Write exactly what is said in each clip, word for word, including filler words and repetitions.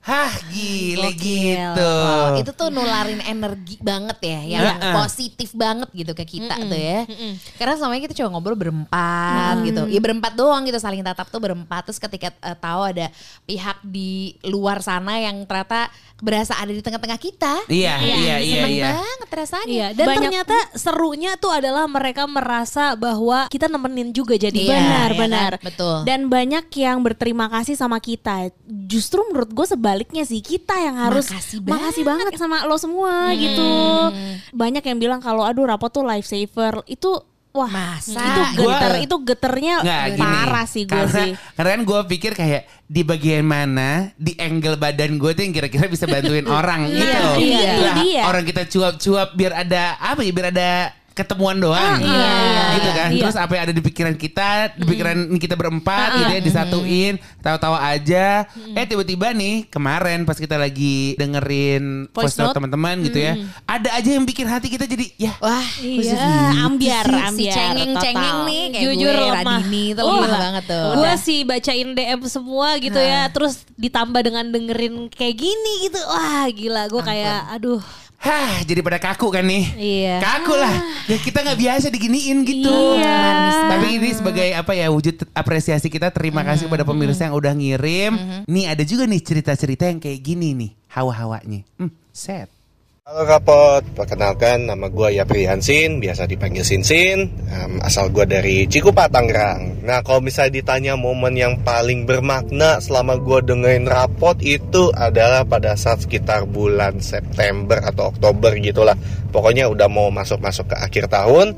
Hah gile Gokil. gitu. Wow, itu tuh nularin energi banget ya, yang Uh-uh. positif banget gitu ke kita Mm-mm. tuh ya. Mm-mm. Karena selama ini kita cuma ngobrol berempat gitu, ya berempat doang gitu, saling tatap tuh berempat. Terus ketika uh, tahu ada pihak di luar sana yang ternyata berasa ada di tengah-tengah kita, Iya, Iya, iya, iya, seneng iya. banget rasanya. Iya, dan Banyak- ternyata serunya tuh adalah mereka merasa bahwa kita nemenin juga jadi Iya, benar, iya benar. kan? Betul. Dan banyak yang berterima kasih sama kita. Justru menurut gue sebaliknya sih, kita yang harus Makasih makasih banget sama lo semua gitu. Banyak yang bilang kalau aduh rapot tuh lifesaver. Itu wah, Masa? itu Gua- geter, itu geternya Nggak, gini. parah sih gue karena, sih. Karena kan gue pikir kayak di bagian mana, di angle badan gue tuh yang kira-kira bisa bantuin orang gitu. iya, itu Lah, dia. orang kita cuap-cuap biar ada apa ya, biar ada ketemuan doang. Ah, iya, iya, gitu iya, kan. iya. Terus apa yang ada di pikiran kita, di pikiran kita berempat gitu ya, disatuin, tahu-tahu aja. Eh tiba-tiba nih kemarin pas kita lagi dengerin Voice voice note note. teman-teman gitu ya, ada aja yang bikin hati kita jadi ya. Wah, Iya, ambiar, si, ambiar. si cengeng-cengeng total. nih kayak Jujur gue, lemah. Radini tuh Oh, lemah banget tuh. Gue sih bacain D M semua gitu ya, terus ditambah dengan dengerin kayak gini gitu. Wah gila, gue kayak aduh. Hah, jadi pada kaku kan nih. Iya. Kaku lah. Ya kita nggak biasa diginiin gitu. Iya. Manis Tapi ini sebagai apa ya, wujud apresiasi kita, terima kasih pada pemirsa yang udah ngirim. Nih ada juga nih cerita-cerita yang kayak gini nih, hawa-hawanya. Hmm, set. Halo Rapot, perkenalkan nama gue Yapri Hansin, biasa dipanggil Sinsin, um, asal gue dari Cikupa, Tangerang. Nah kalau misalnya ditanya momen yang paling bermakna selama gue dengerin Rapot itu adalah pada saat sekitar bulan September atau Oktober gitulah. Pokoknya udah mau masuk-masuk ke akhir tahun,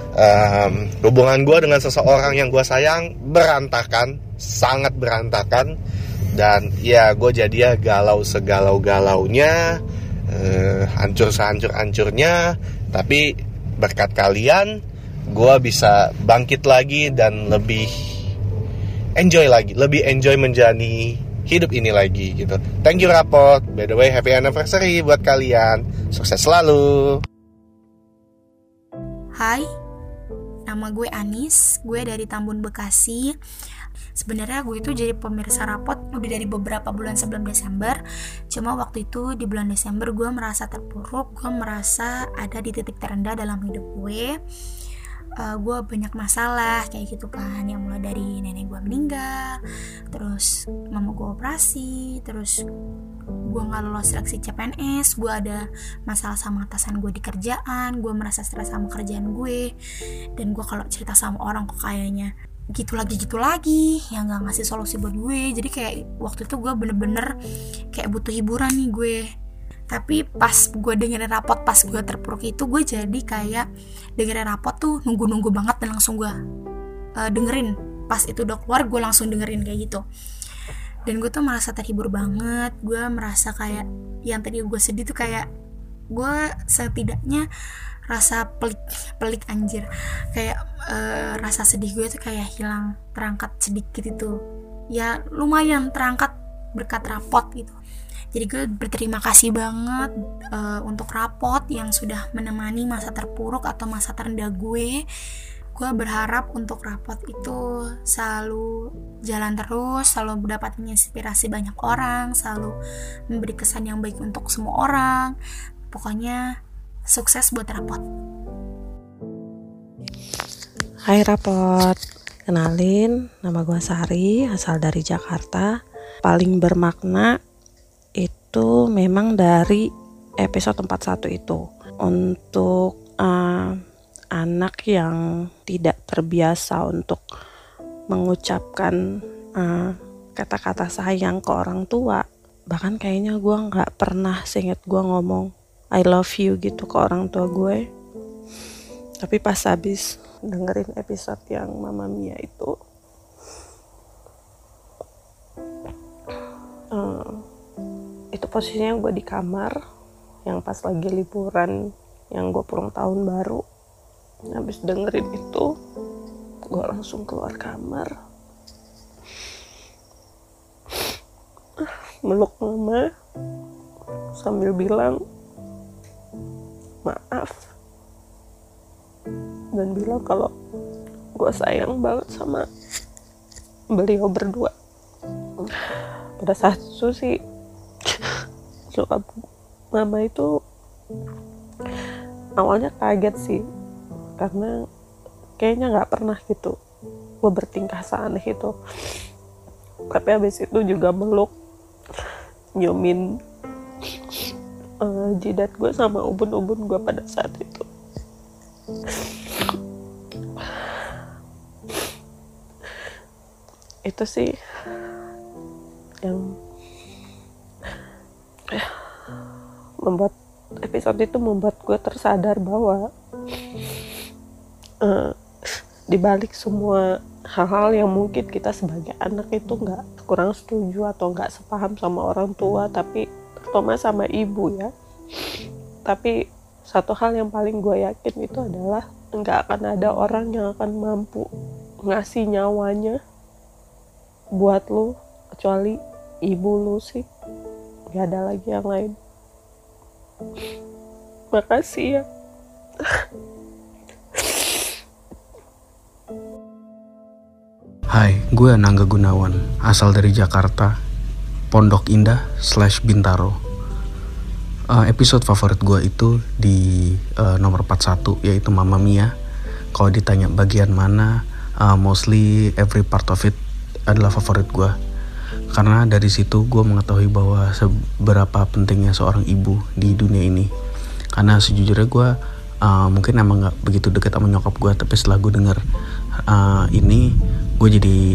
um, hubungan gue dengan seseorang yang gue sayang berantakan, sangat berantakan. Dan ya gue jadi ya galau segalau-galaunya, Uh, hancur sehancur-hancurnya, tapi berkat kalian gue bisa bangkit lagi dan lebih enjoy lagi, lebih enjoy menjalani hidup ini lagi gitu. Thank you Rapot, by the way happy anniversary buat kalian, sukses selalu. Hai, nama gue Anis, gue dari Tambun, Bekasi. Sebenarnya gue itu jadi pemirsa Rapot udah dari beberapa bulan sebelum Desember. Cuma waktu itu di bulan Desember gue merasa terpuruk, gue merasa ada di titik terendah dalam hidup gue. Uh, gue banyak masalah kayak gitu kan, yang mulai dari nenek gue meninggal, terus mama gue operasi, terus gue nggak lolos seleksi C P N S, gue ada masalah sama atasan gue di kerjaan, gue merasa stres sama kerjaan gue, dan gue kalau cerita sama orang kok kayaknya gitu lagi gitu lagi yang nggak ngasih solusi buat gue. Jadi kayak waktu itu gue bener-bener kayak butuh hiburan nih gue. Tapi pas gue dengerin Rapot pas gue terpuruk itu, gue jadi kayak dengerin Rapot tuh nunggu-nunggu banget, dan langsung gue uh, dengerin. Pas itu udah keluar gue langsung dengerin kayak gitu, dan gue tuh merasa terhibur banget. Gue merasa kayak yang tadi gue sedih tuh kayak gue setidaknya rasa pelik pelik anjir kayak uh, rasa sedih gue tuh kayak hilang, terangkat sedikit itu ya, lumayan terangkat berkat Rapot gitu. Jadi gue berterima kasih banget uh, untuk Rapot yang sudah menemani masa terpuruk atau masa terendah gue. Gue berharap untuk Rapot itu selalu jalan terus, selalu mendapat inspirasi banyak orang, selalu memberi kesan yang baik untuk semua orang. Pokoknya sukses buat Rapot. Hai Rapot, kenalin nama gue Sari, asal dari Jakarta. Paling bermakna itu memang dari episode empat puluh satu itu, untuk uh, anak yang tidak terbiasa untuk mengucapkan uh, kata-kata sayang ke orang tua. Bahkan kayaknya gue gak pernah seinget gue ngomong I love you gitu ke orang tua gue. Tapi pas habis dengerin episode yang Mama Mia itu, uh, itu posisinya gue di kamar, yang pas lagi liburan, yang gue pulang tahun baru. Habis dengerin itu, gue langsung keluar kamar, meluk Mama sambil bilang maaf, dan bilang kalau gue sayang banget sama beliau berdua. Pada saat itu sih nyokap mama itu awalnya kaget sih, karena kayaknya nggak pernah gitu gue bertingkah seaneh itu. Tapi habis itu juga meluk, nyiumin uh, jidat gue sama ubun-ubun gue pada saat itu. Itu sih yang membuat episode itu membuat gue tersadar bahwa uh, dibalik semua hal-hal yang mungkin kita sebagai anak itu nggak kurang setuju atau nggak sepaham sama orang tua, tapi terutama sama ibu ya, tapi satu hal yang paling gue yakin itu adalah nggak akan ada orang yang akan mampu ngasih nyawanya buat lu kecuali ibu lu sih, nggak ada lagi yang lain. Makasih ya. Hai, gue Nangga Gunawan, asal dari Jakarta, Pondok Indah slash Bintaro. Uh, episode favorit gue itu di uh, nomor empat puluh satu, yaitu Mamma Mia. Kalau ditanya bagian mana, uh, mostly every part of it adalah favorit gue. Karena dari situ gue mengetahui bahwa seberapa pentingnya seorang ibu di dunia ini. Karena sejujurnya gue uh, mungkin emang gak begitu dekat sama nyokap gue, tapi setelah gue denger uh, ini, gue jadi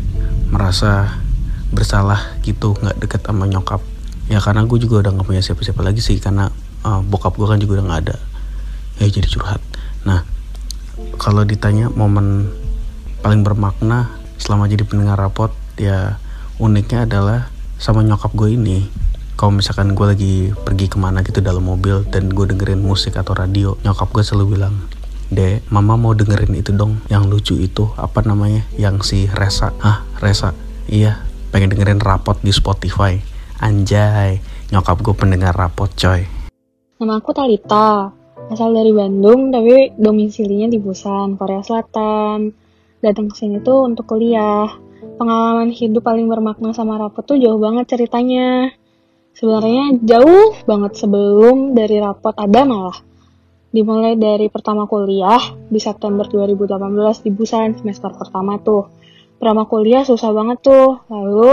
merasa bersalah gitu gak dekat sama nyokap. Ya karena gue juga udah gak punya siapa-siapa lagi sih, karena uh, bokap gue kan juga udah gak ada. Ya jadi curhat. Nah, kalau ditanya momen paling bermakna selama jadi pendengar rapot, ya uniknya adalah sama nyokap gue ini. Kalau misalkan gue lagi pergi kemana gitu dalam mobil dan gue dengerin musik atau radio, nyokap gue selalu bilang, "Dek, mama mau dengerin itu dong, yang lucu itu, apa namanya, yang si Resa." "Hah, Resa?" "Iya, pengen dengerin rapot di Spotify." Anjay, nyokap gue pendengar rapot coy. Nama aku Talita, asal dari Bandung tapi domisilinya di Busan, Korea Selatan. Datang ke sini tuh untuk kuliah. Pengalaman hidup paling bermakna sama rapot tuh jauh banget ceritanya. Sebenarnya jauh banget sebelum dari rapot ada malah. Dimulai dari pertama kuliah di September dua ribu delapan belas di Busan, semester pertama tuh. Pertama kuliah susah banget tuh. Lalu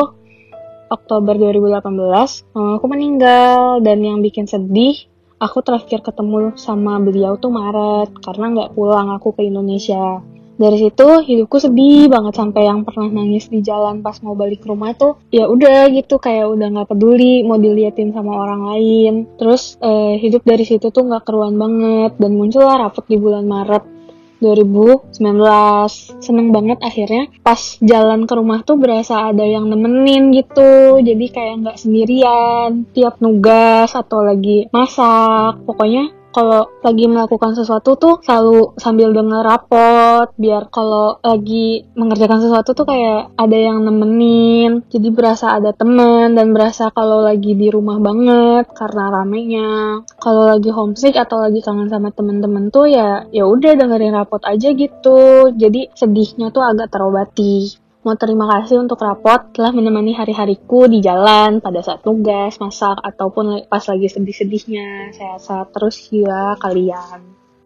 Oktober dua ribu delapan belas mamaku meninggal, dan yang bikin sedih, aku terakhir ketemu sama beliau tuh Maret karena nggak pulang aku ke Indonesia. Dari situ hidupku sedih banget, sampai yang pernah nangis di jalan pas mau balik ke rumah tuh ya udah gitu, kayak udah nggak peduli mau diliatin sama orang lain. Terus eh, hidup dari situ tuh nggak keruan banget, dan muncullah rapot di bulan Maret dua ribu sembilan belas. Seneng banget akhirnya pas jalan ke rumah tuh berasa ada yang nemenin gitu, jadi kayak nggak sendirian tiap nugas atau lagi masak. Pokoknya kalau lagi melakukan sesuatu tuh selalu sambil denger rapot, biar kalau lagi mengerjakan sesuatu tuh kayak ada yang nemenin. Jadi berasa ada temen, dan berasa kalau lagi di rumah banget karena ramenya. Kalau lagi homesick atau lagi kangen sama temen-temen tuh ya ya udah dengerin rapot aja gitu. Jadi sedihnya tuh agak terobati. Mau terima kasih untuk rapot telah menemani hari-hariku di jalan pada saat tugas, masak, ataupun pas lagi sedih-sedihnya. Sehat-sehat terus ya kalian.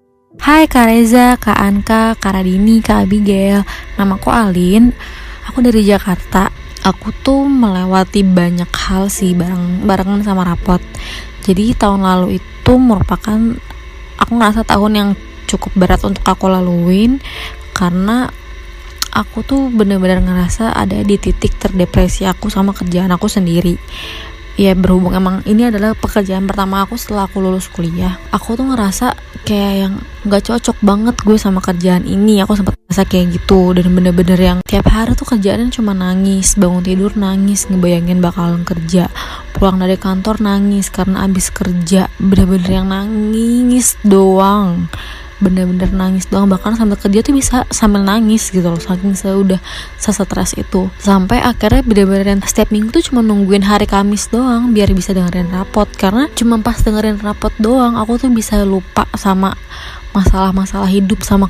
Hai Kak Reza, Kak Anka, Kak Radini, Kak Abigail. Namaku Alin, aku dari Jakarta. Aku tuh melewati banyak hal sih bareng, barengan sama rapot. Jadi tahun lalu itu merupakan, aku ngerasa tahun yang cukup berat untuk aku laluin, karena aku tuh benar-benar ngerasa ada di titik terdepresi aku sama kerjaan aku sendiri. Ya berhubung emang ini adalah pekerjaan pertama aku setelah aku lulus kuliah, aku tuh ngerasa kayak yang gak cocok banget gue sama kerjaan ini. Aku sempat ngerasa kayak gitu, dan bener-bener yang tiap hari tuh kerjaannya cuma nangis, bangun tidur nangis, ngebayangin bakalan kerja, pulang dari kantor nangis karena abis kerja, bener-bener yang nangis doang. Bener-bener nangis doang, bahkan sambil kerja tuh bisa sambil nangis gitu loh, saking saya udah sesetres itu. Sampai akhirnya bener-bener setiap minggu tuh cuma nungguin hari Kamis doang biar bisa dengerin rapot, karena cuma pas dengerin rapot doang aku tuh bisa lupa sama masalah-masalah hidup, sama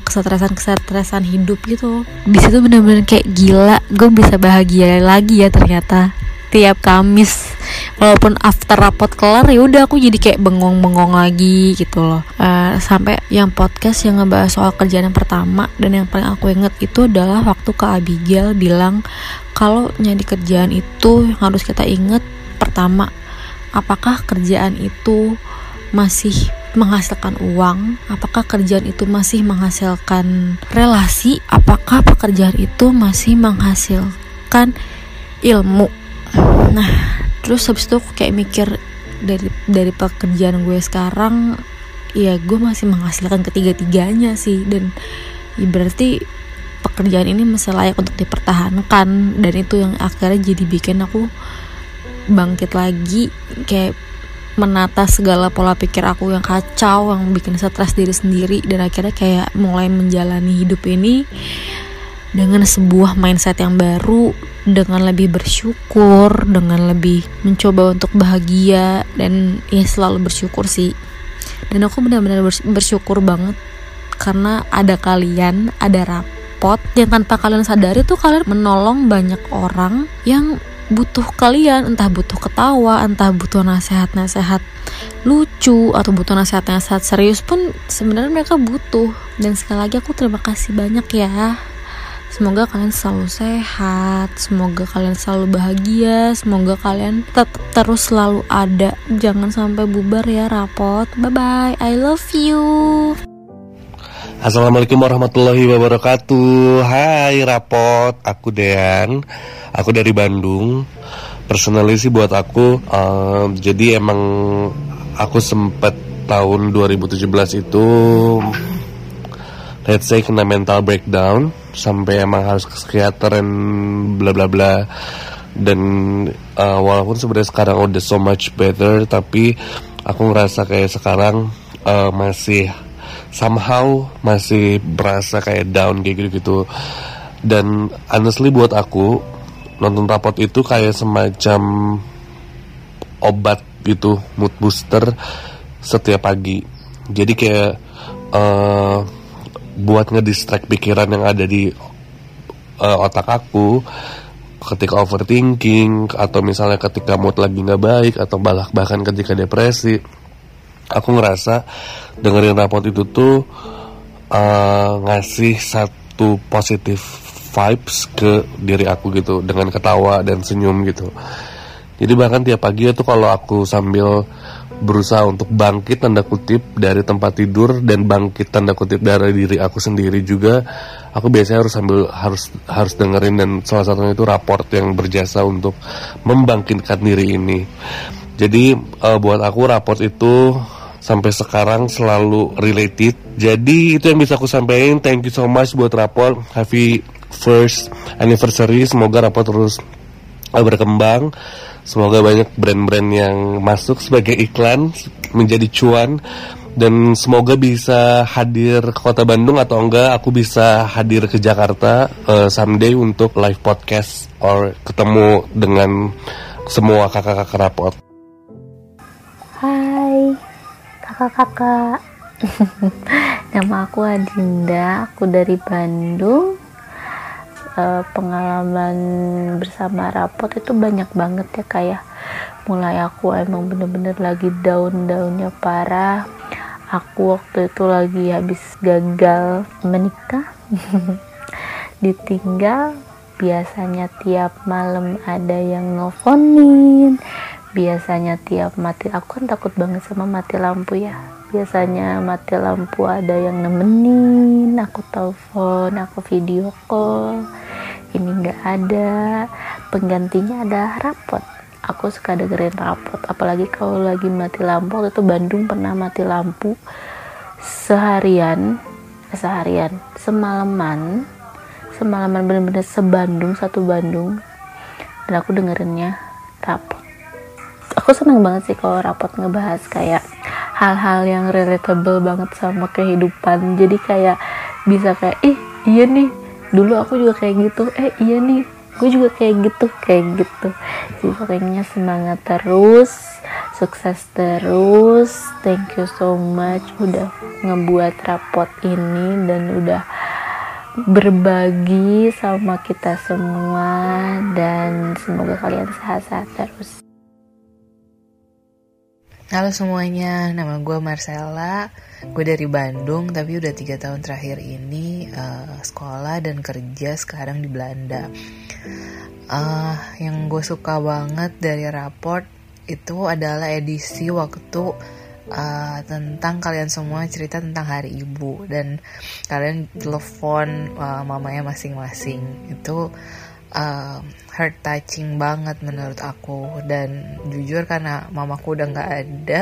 kesetresan-kesetresan hidup gitu. Di situ bener-bener kayak gila, gue bisa bahagia lagi ya ternyata. tiap Kamis. Walaupun after rapot kelar ya udah aku jadi kayak bengong-bengong lagi gitu loh. Uh, sampai yang podcast yang ngebahas soal kerjaan yang pertama dan yang paling aku inget itu adalah waktu Kak Abigail bilang kalau nyari kerjaan itu yang harus kita inget pertama, apakah kerjaan itu masih menghasilkan uang, apakah kerjaan itu masih menghasilkan relasi, apakah pekerjaan itu masih menghasilkan ilmu. Nah, terus habis itu aku kayak mikir dari dari pekerjaan gue sekarang, ya gue masih menghasilkan ketiga-tiganya sih, dan ya berarti pekerjaan ini masih layak untuk dipertahankan, dan itu yang akhirnya jadi bikin aku bangkit lagi, kayak menata segala pola pikir aku yang kacau, yang bikin stres diri sendiri, dan akhirnya kayak mulai menjalani hidup ini dengan sebuah mindset yang baru, dengan lebih bersyukur, dengan lebih mencoba untuk bahagia, dan ya selalu bersyukur sih. Dan aku benar-benar bersyukur banget karena ada kalian, ada rapot yang tanpa kalian sadari tuh kalian menolong banyak orang yang butuh kalian, entah butuh ketawa, entah butuh nasihat-nasihat lucu, atau butuh nasihat-nasihat serius pun sebenarnya mereka butuh. Dan sekali lagi aku terima kasih banyak ya. Semoga kalian selalu sehat, semoga kalian selalu bahagia, semoga kalian tetap terus selalu ada. Jangan sampai bubar ya rapot. Bye bye, I love you. Assalamualaikum warahmatullahi wabarakatuh. Hai rapot, aku Dean, aku dari Bandung. Personally sih buat aku, uh, jadi emang aku sempet tahun dua ribu tujuh belas itu, let's say kena mental breakdown, sampai emang harus ke psikiater dan bla bla bla. Dan uh, walaupun sebenarnya sekarang udah so much better, tapi aku ngerasa kayak sekarang uh, masih somehow masih berasa kayak down kayak gitu-gitu. Dan honestly buat aku, nonton rapot itu kayak semacam obat gitu, mood booster setiap pagi. Jadi kayak uh, buat ngedistract pikiran yang ada di uh, otak aku ketika overthinking, atau misalnya ketika mood lagi gak baik, atau bahkan ketika depresi. Aku ngerasa dengerin rapot itu tuh uh, ngasih satu positive vibes ke diri aku gitu, dengan ketawa dan senyum gitu. Jadi bahkan tiap pagi itu kalau aku sambil berusaha untuk bangkit tanda kutip dari tempat tidur, dan bangkit tanda kutip dari diri aku sendiri juga, aku biasanya harus sambil harus harus dengerin, dan salah satunya itu raport yang berjasa untuk membangkitkan diri ini. Jadi uh, buat aku raport itu sampai sekarang selalu related. Jadi itu yang bisa aku sampaikan. Thank you so much buat raport. Happy first anniversary. Semoga raport terus uh, berkembang. Semoga banyak brand-brand yang masuk sebagai iklan menjadi cuan, dan semoga bisa hadir ke kota Bandung, atau enggak aku bisa hadir ke Jakarta uh, someday untuk live podcast or ketemu dengan semua kakak-kakak raport. Hai kakak-kakak, nama aku Adinda, aku dari Bandung. Uh, pengalaman bersama rapot itu banyak banget ya, kayak mulai aku emang bener-bener lagi down-downnya parah. Aku waktu itu lagi habis gagal menikah, ditinggal. Biasanya tiap malam ada yang nelfonin, biasanya tiap mati, aku kan takut banget sama mati lampu ya, biasanya mati lampu ada yang nemenin, aku telepon, aku video call. Ini nggak ada, penggantinya ada rapot. Aku suka dengerin rapot, apalagi kalau lagi mati lampu. Waktu itu Bandung pernah mati lampu seharian, seharian, semalaman, semalaman bener-bener sebandung, satu Bandung. Dan aku dengerinnya rapot. Aku senang banget sih kalau rapot ngebahas kayak hal-hal yang relatable banget sama kehidupan. Jadi kayak bisa kayak, ih iya nih, dulu aku juga kayak gitu, eh iya nih gue juga kayak gitu, kayak gitu. Jadi pokoknya semangat terus, sukses terus. Thank you so much udah ngebuat rapot ini, dan udah berbagi sama kita semua, dan semoga kalian sehat-sehat terus. Halo semuanya, nama gue Marcella. Gue dari Bandung, tapi udah tiga tahun terakhir ini uh, sekolah dan kerja sekarang di Belanda. Uh, yang gue suka banget dari Raport itu adalah edisi waktu uh, tentang kalian semua cerita tentang Hari Ibu, dan kalian telepon uh, mamanya masing-masing. Itu uh, heart touching banget menurut aku, dan jujur karena mamaku udah nggak ada,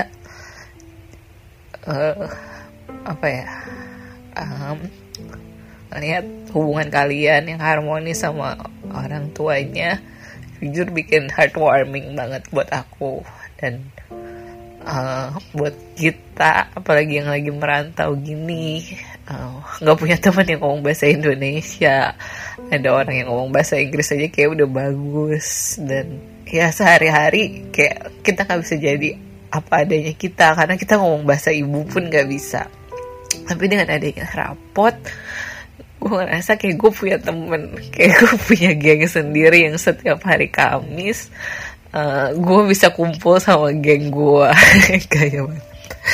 uh, apa ya, um, lihat hubungan kalian yang harmonis sama orang tuanya, jujur bikin heartwarming banget buat aku dan uh, buat kita, apalagi yang lagi merantau gini, nggak uh, punya teman yang ngomong bahasa Indonesia. Ada orang yang ngomong bahasa Inggris aja kayak udah bagus, dan ya sehari-hari kayak kita nggak bisa jadi apa adanya kita karena kita ngomong bahasa ibu pun nggak bisa. Tapi dengan adanya Rapot, gue ngerasa kayak gue punya temen, kayak gue punya geng sendiri yang setiap hari Kamis uh, gue bisa kumpul sama geng gue. Kayak banget.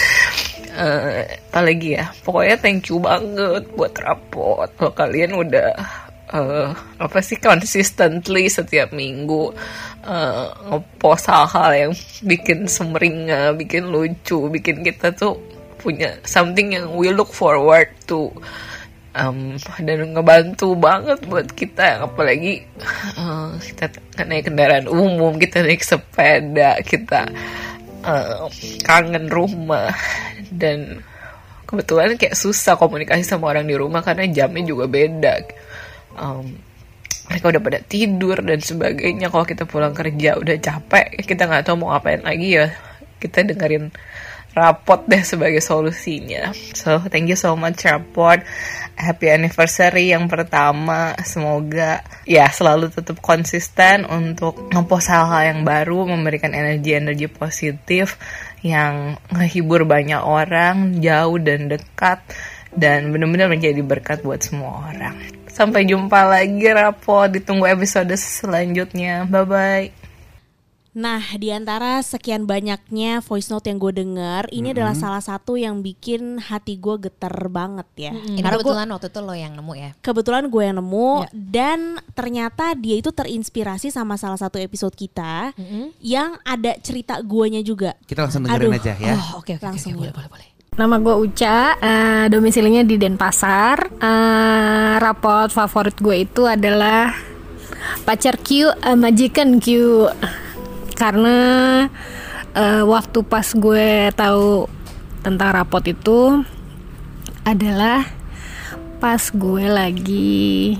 Uh, apa lagi ya, pokoknya thank you banget buat Rapot. Kalau kalian udah uh, apa sih consistently setiap minggu uh, ngepost hal-hal yang bikin sumringah, bikin lucu, bikin kita tuh punya something yang we look forward to. Um, dan ngebantu banget buat kita, apalagi uh, kita naik kendaraan umum, kita naik sepeda, kita uh, kangen rumah, dan kebetulan kayak susah komunikasi sama orang di rumah karena jamnya juga beda. Um, mereka udah pada tidur dan sebagainya. Kalau kita pulang kerja udah capek, kita nggak tahu mau ngapain lagi, ya kita dengerin Rapot deh sebagai solusinya. So thank you so much Rapot. Happy anniversary yang pertama. Semoga ya selalu tetap konsisten untuk ngepost hal-hal yang baru, memberikan energi-energi positif yang ngehibur banyak orang jauh dan dekat, dan benar-benar menjadi berkat buat semua orang. Sampai jumpa lagi Rapot, ditunggu episode selanjutnya. Bye bye. Nah, di antara sekian banyaknya voice note yang gue dengar, ini mm-hmm. adalah salah satu yang bikin hati gue getar banget ya. Mm-hmm. Ini Karena kebetulan gua, waktu itu lo yang nemu ya? Kebetulan gue yang nemu, ya. Dan ternyata dia itu terinspirasi sama salah satu episode kita mm-hmm. yang ada cerita guanya juga. Kita langsung dengerin Aduh. aja ya. Oh, oke, okay, okay, langsung okay, okay, boleh, boleh, boleh. Nama gue Uca, uh, domisilinya di Denpasar. Uh, rapot favorit gue itu adalah Pacar Q, uh, Majikan Q. Karena uh, waktu pas gue tahu tentang Rapot itu adalah pas gue lagi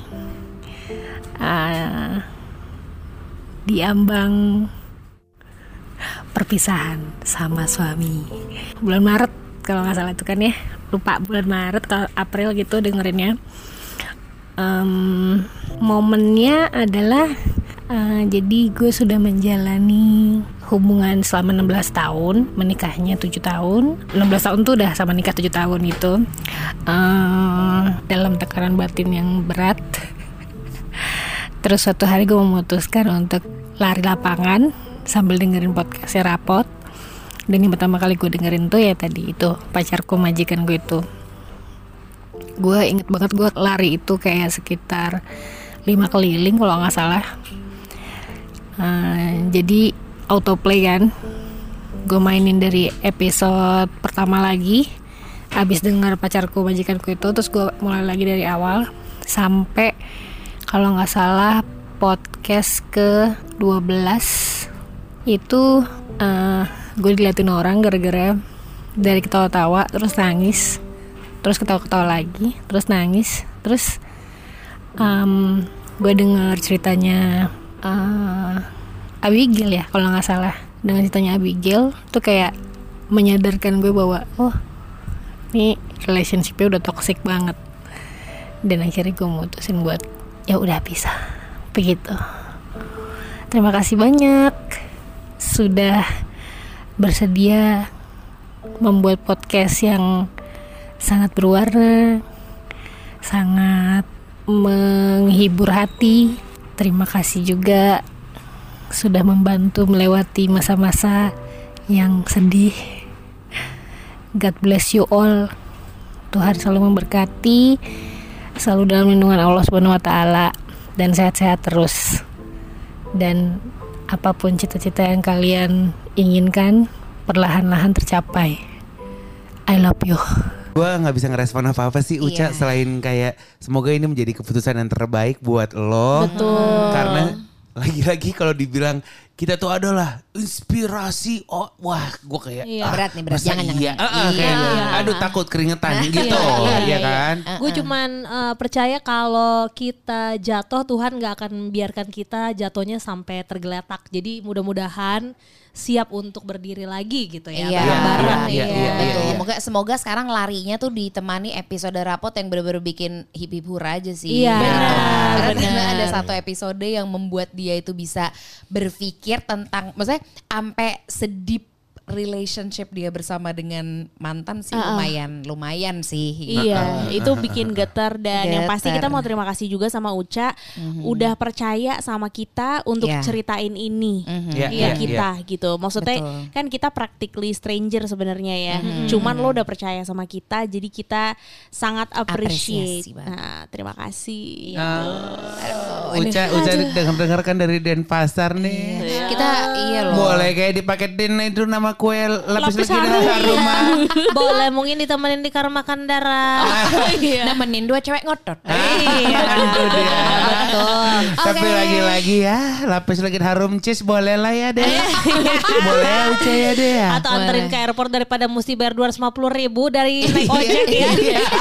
uh, diambang perpisahan sama suami. Bulan Maret kalau nggak salah itu kan ya, lupa bulan Maret atau April gitu dengerinnya. Um, momennya adalah Uh, jadi gue sudah menjalani hubungan selama enam belas tahun, menikahnya tujuh tahun. enam belas tahun tuh udah sama nikah tujuh tahun itu. Uh, dalam tekanan batin yang berat. Terus suatu hari gue memutuskan untuk lari lapangan sambil dengerin podcastnya Rapot. Dan yang pertama kali gue dengerin tuh ya tadi itu, Pacarku Majikan Gue itu. Gue inget banget gue lari itu kayak sekitar lima keliling kalau gak salah. Uh, jadi autoplay kan, gue mainin dari episode pertama lagi, abis denger Pacarku Majikanku itu, terus gue mulai lagi dari awal sampai kalau nggak salah podcast ke dua belas itu uh, gue diliatin orang gara-gara dari ketawa-tawa terus nangis, terus ketawa-ketawa lagi terus nangis, terus um, gue denger ceritanya Uh, Abigail ya kalau nggak salah, dengan ceritanya Abigail tuh kayak menyadarkan gue bahwa oh ini relationshipnya udah toxic banget, dan akhirnya gue mutusin buat ya udah pisah begitu. Terima kasih banyak sudah bersedia membuat podcast yang sangat berwarna, sangat menghibur hati. Terima kasih juga sudah membantu melewati masa-masa yang sedih. God bless you all. Tuhan selalu memberkati, selalu dalam lindungan Allah Subhanahu wa taala, dan sehat-sehat terus. Dan apapun cita-cita yang kalian inginkan perlahan-lahan tercapai. I love you. Gue gak bisa ngerespon apa-apa sih Uca, yeah. Selain kayak semoga ini menjadi keputusan yang terbaik buat lo. Betul. Karena lagi-lagi kalau dibilang kita tuh adalah inspirasi, oh wah gue kayak iya. ah, berat nih berat, jangan iya, jangan. Ah, ah, iya. kayak, aduh takut keringetan gitu, iya, iya, ya kan? Iya. Gue cuman uh, percaya kalau kita jatuh Tuhan gak akan membiarkan kita jatuhnya sampai tergeletak. Jadi mudah-mudahan siap untuk berdiri lagi gitu ya, iya, bareng-bareng. Iya, iya, iya, iya, iya. Semoga, semoga sekarang larinya tuh ditemani episode rapot yang bener-bener bikin hip-hip hura aja sih. Iya, benar. benar. Karena ada satu episode yang membuat dia itu bisa berpikir tentang, maksudnya sampai sedip relationship dia bersama dengan mantan sih, uh-uh. lumayan lumayan sih. Iya, uh-uh. itu bikin getar dan getar. Yang pasti kita mau terima kasih juga sama Uca, mm-hmm. udah percaya sama kita untuk yeah. ceritain ini, mm-hmm. yeah, ya yeah, kita yeah. gitu. Maksudnya betul. Kan kita practically stranger sebenarnya ya, mm-hmm. cuman lo udah percaya sama kita, jadi kita sangat appreciate. Nah, terima kasih. Uh, Aduh, Uca, Uca dengar-dengar kan dari Denpasar nih. Iya. Kita iya loh. Boleh kayak dipaketin itu nama kue lapis, lapis lagi dari rumah. Boleh mungkin ditemenin di kamar makan darah. Oh, iya. Nemenin dua cewek ngotot. Iya. Itu dia. Betul. Tapi okay. lagi-lagi ya lapis lagi harum cheese boleh lah ya deh. Boleh Uca ya deh ya. Atau anterin ke airport daripada mesti bayar dua ratus lima puluh ribu dari naik ojek ya.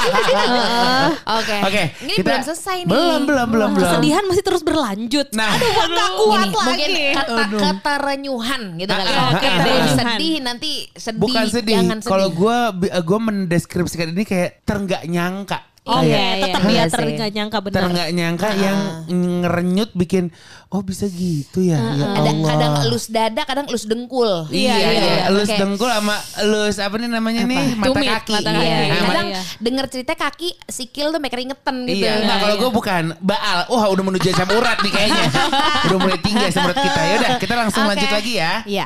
Oke. Oke. Ini kita, belum selesai nih. Belum belum belum belum. Kesedihan masih terus berlanjut. Nah. Aduh gak kuat ini, lagi. Mungkin kata, kata renyuhan gitu kali ya. Oke. Sedih nanti sedih. Bukan sedih. Jangan sedih. Kalau gue gue mendeskripsikan ini kayak terenggak nyangka. Oh iya, yeah, tetap dia terenggak nyangka benar. Terenggak nyangka uh. yang ngerenyut bikin oh bisa gitu ya. Uh, ya ada Allah. Kadang elus dada, kadang elus dengkul. Iya, iya, iya. elus okay. dengkul sama elus apa nih namanya apa? nih mata Tumit, kaki. Mata kaki. Iya, iya. Nah, kadang iya. denger cerita kaki sikil tuh kayak keringetan gitu. Iya, nah, kalau gue bukan baal. Wah udah menuju asam urat nih kayaknya. Udah mulai tinggi asam urat kita. Yaudah kita langsung okay. lanjut lagi ya. Iya.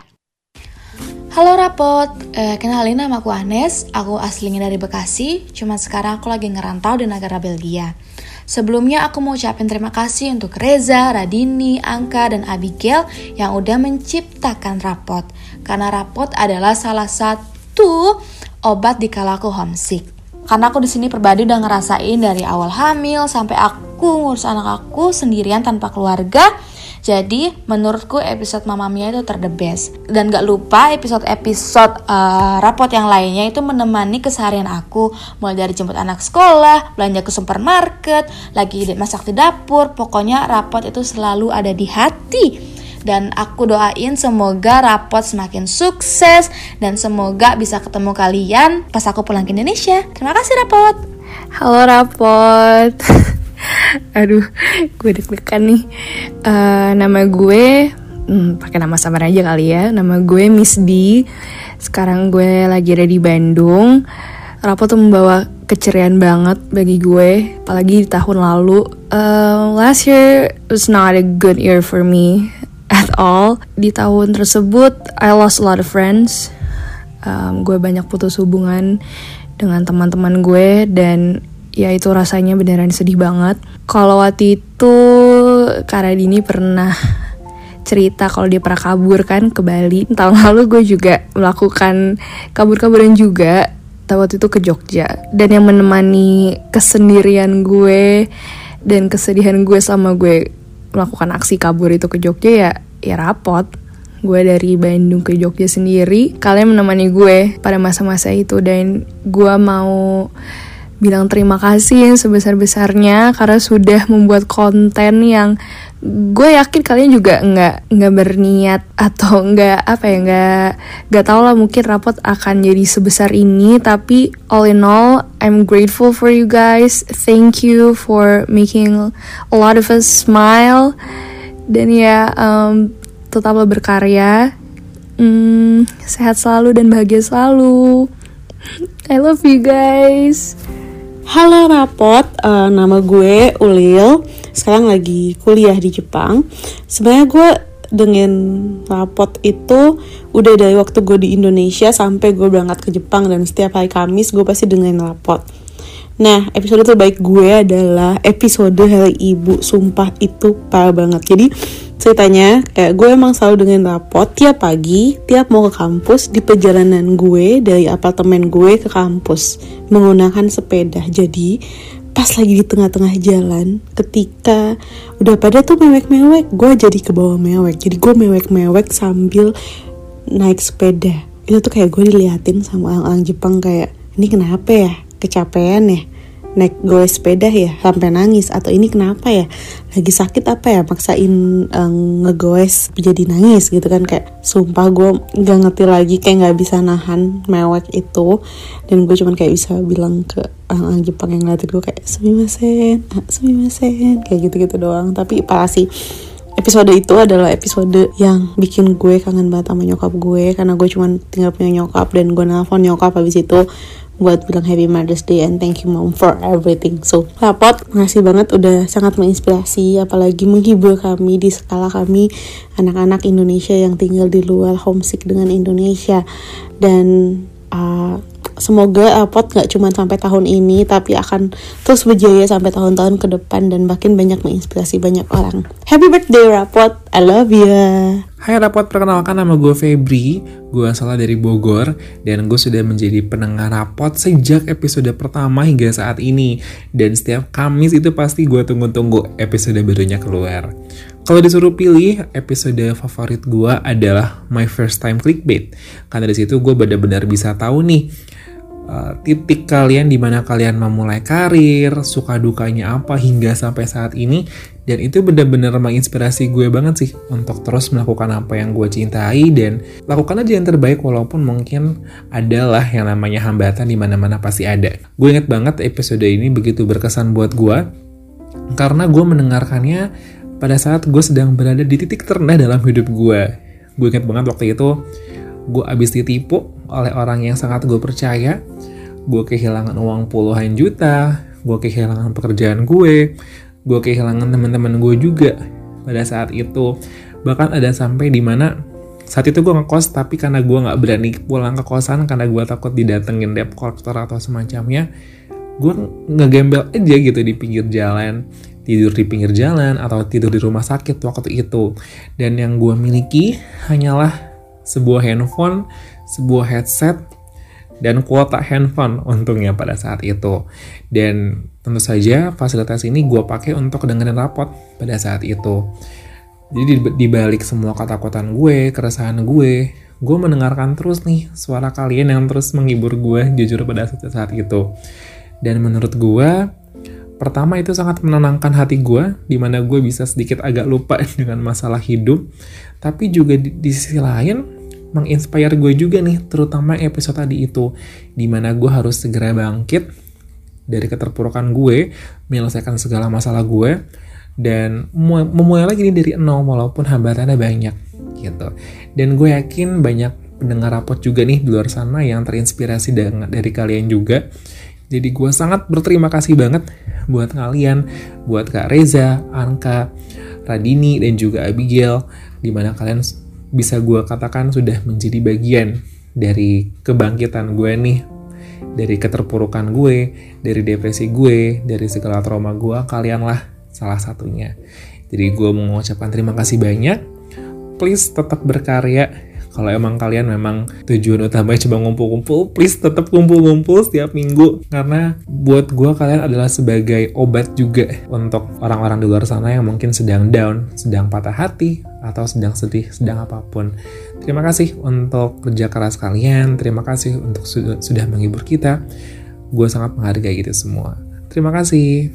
Halo Rapot, eh, kenalin nama aku Anes, aku aslinya dari Bekasi, cuma sekarang aku lagi ngerantau di negara Belgia. Sebelumnya aku mau ucapin terima kasih untuk Reza, Radini, Angka, dan Abigail yang udah menciptakan Rapot. Karena Rapot adalah salah satu obat di kala aku homesick. Karena aku di sini pribadi udah ngerasain dari awal hamil sampai aku ngurus anak aku sendirian tanpa keluarga. Jadi menurutku episode Mamma Mia itu ter the best. Dan gak lupa episode-episode uh, rapot yang lainnya itu menemani keseharian aku. Mulai dari jemput anak sekolah, belanja ke supermarket, lagi masak di dapur. Pokoknya rapot itu selalu ada di hati. Dan aku doain semoga rapot semakin sukses. Dan semoga bisa ketemu kalian pas aku pulang ke Indonesia. Terima kasih rapot. Halo rapot. Aduh, gue deg-degan nih. Uh, nama gue, hmm, pakai nama samar aja kali ya. Nama gue Miss D. Sekarang gue lagi ada di Bandung. Rapot tuh membawa keceriaan banget bagi gue, apalagi di tahun lalu. Uh, last year was not a good year for me at all. Di tahun tersebut, I lost a lot of friends. Um, gue banyak putus hubungan dengan teman-teman gue dan ya itu rasanya beneran sedih banget. Kalau waktu itu Karadini pernah cerita kalau dia pernah kabur kan ke Bali. Tahun lalu gue juga melakukan kabur-kaburan juga. Waktu itu ke Jogja. Dan yang menemani kesendirian gue dan kesedihan gue sama gue melakukan aksi kabur itu ke Jogja ya ya rapot. Gue dari Bandung ke Jogja sendiri. Kalian menemani gue pada masa-masa itu dan gue mau bilang terima kasih yang sebesar-besarnya karena sudah membuat konten yang gue yakin kalian juga nggak nggak berniat atau nggak apa ya nggak nggak tahu lah mungkin rapot akan jadi sebesar ini, tapi all in all I'm grateful for you guys. Thank you for making a lot of us smile dan ya um, tetaplah berkarya, hmm, sehat selalu dan bahagia selalu. I love you guys. Halo Rapot, uh, nama gue Ulil. Sekarang lagi kuliah di Jepang. Sebenarnya gue dengan Rapot itu udah dari waktu gue di Indonesia sampai gue berangkat ke Jepang, dan setiap hari Kamis gue pasti dengerin Rapot. Nah, episode terbaik gue adalah episode Hari Ibu. Sumpah itu parah banget. Jadi ceritanya kayak gue emang selalu dengerin Rapot tiap pagi, tiap mau ke kampus, di perjalanan gue dari apartemen gue ke kampus menggunakan sepeda. Jadi pas lagi di tengah-tengah jalan, ketika udah pada tuh mewek-mewek, gue jadi ke bawah mewek. Jadi gue mewek-mewek sambil naik sepeda. Itu tuh kayak gue diliatin sama orang-orang Jepang kayak, ini kenapa ya? Kecapean ya? Naik goes sepeda ya? Sampai nangis? Atau ini kenapa ya? Lagi sakit apa ya? Maksain um, ngegoes jadi nangis gitu kan. Kayak sumpah gue gak ngerti lagi, kayak gak bisa nahan mewek itu. Dan gue cuman kayak bisa bilang ke orang-orang Jepang yang ngeliatin gue kayak sumimasen, sumimasen, kayak gitu-gitu doang. Tapi parah sih, episode itu adalah episode yang bikin gue kangen banget sama nyokap gue, karena gue cuman tinggal punya nyokap, dan gue nelfon nyokap habis itu buat bilang Happy Mother's Day and thank you mom for everything. So Rapot, makasih banget udah sangat menginspirasi, apalagi menghibur kami di skala kami anak-anak Indonesia yang tinggal di luar, homesick dengan Indonesia. Dan uh, semoga Rapot gak cuma sampai tahun ini, tapi akan terus berjaya sampai tahun-tahun ke depan dan makin banyak menginspirasi banyak orang. Happy birthday Rapot, I love you. Hai Rapot, perkenalkan nama gue Febri, gue asalnya dari Bogor, dan gue sudah menjadi pendengar Rapot sejak episode pertama hingga saat ini. Dan setiap Kamis itu pasti gue tunggu-tunggu episode barunya keluar. Kalau disuruh pilih, episode favorit gue adalah My First Time Clickbait, karena di situ gue benar-benar bisa tahu nih Uh, titik kalian di mana kalian memulai karir, suka dukanya apa hingga sampai saat ini. Dan itu benar-benar menginspirasi gue banget sih untuk terus melakukan apa yang gue cintai dan lakukan aja yang terbaik, walaupun mungkin adalah yang namanya hambatan di mana-mana pasti ada. Gue inget banget episode ini begitu berkesan buat gue karena gue mendengarkannya pada saat gue sedang berada di titik terendah dalam hidup gue. Gue inget banget waktu itu gue abis ditipu oleh orang yang sangat gue percaya. Gue kehilangan uang puluhan juta, gue kehilangan pekerjaan gue, gue kehilangan teman-teman gue juga pada saat itu. Bahkan ada sampai di mana saat itu gue ngekos, tapi karena gue nggak berani pulang ke kosan karena gue takut didatengin debt collector atau semacamnya, gue ngegembel aja gitu di pinggir jalan, tidur di pinggir jalan atau tidur di rumah sakit waktu itu. Dan yang gue miliki hanyalah sebuah handphone, sebuah headset, dan kuota handphone untungnya pada saat itu. Dan tentu saja fasilitas ini gue pakai untuk dengerin Rapot pada saat itu. Jadi di balik semua ketakutan gue, keresahan gue, gue mendengarkan terus nih suara kalian yang terus menghibur gue jujur pada saat itu. Dan menurut gue, pertama itu sangat menenangkan hati gue, dimana gue bisa sedikit agak lupa dengan masalah hidup. Tapi juga di, di sisi lain menginspire gue juga nih, terutama episode tadi itu, dimana gue harus segera bangkit dari keterpurukan gue, menyelesaikan segala masalah gue, dan memulai lagi nih dari nol walaupun hambatannya banyak gitu. Dan gue yakin banyak pendengar Rapot juga nih di luar sana yang terinspirasi dari kalian juga. Jadi gue sangat berterima kasih banget buat kalian, buat Kak Reza, Anka, Radini, dan juga Abigail, dimana kalian bisa gue katakan sudah menjadi bagian dari kebangkitan gue nih, dari keterpurukan gue, dari depresi gue, dari segala trauma gue, kalianlah salah satunya. Jadi gue mau mengucapkan terima kasih banyak. Please tetap berkarya. Kalau emang kalian memang tujuan utamanya cuma ngumpul-ngumpul, please tetap kumpul-ngumpul setiap minggu. Karena buat gue kalian adalah sebagai obat juga untuk orang-orang di luar sana yang mungkin sedang down, sedang patah hati, atau sedang sedih, sedang apapun. Terima kasih untuk kerja keras kalian, terima kasih untuk sudah, sudah menghibur kita. Gue sangat menghargai itu semua. Terima kasih.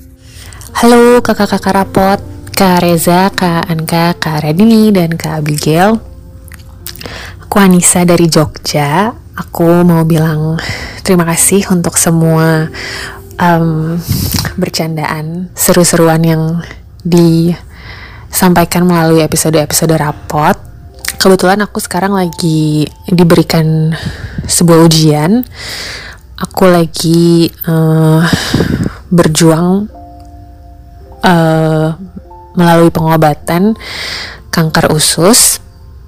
Halo kakak-kakak Rapot, Kak Reza, Kak Anka, Kak Radini, dan Kak Abigail. Aku Anissa dari Jogja. Aku mau bilang terima kasih untuk semua um, bercandaan, seru-seruan yang disampaikan melalui episode-episode Rapot. Kebetulan aku sekarang lagi diberikan sebuah ujian. aku lagi uh, berjuang uh, melalui pengobatan kanker usus,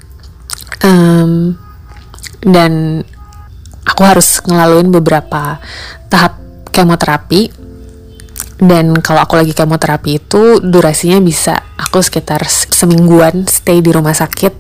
um, dan aku harus ngelaluin beberapa tahap kemoterapi. Dan kalau aku lagi kemoterapi itu durasinya bisa aku sekitar semingguan stay di rumah sakit.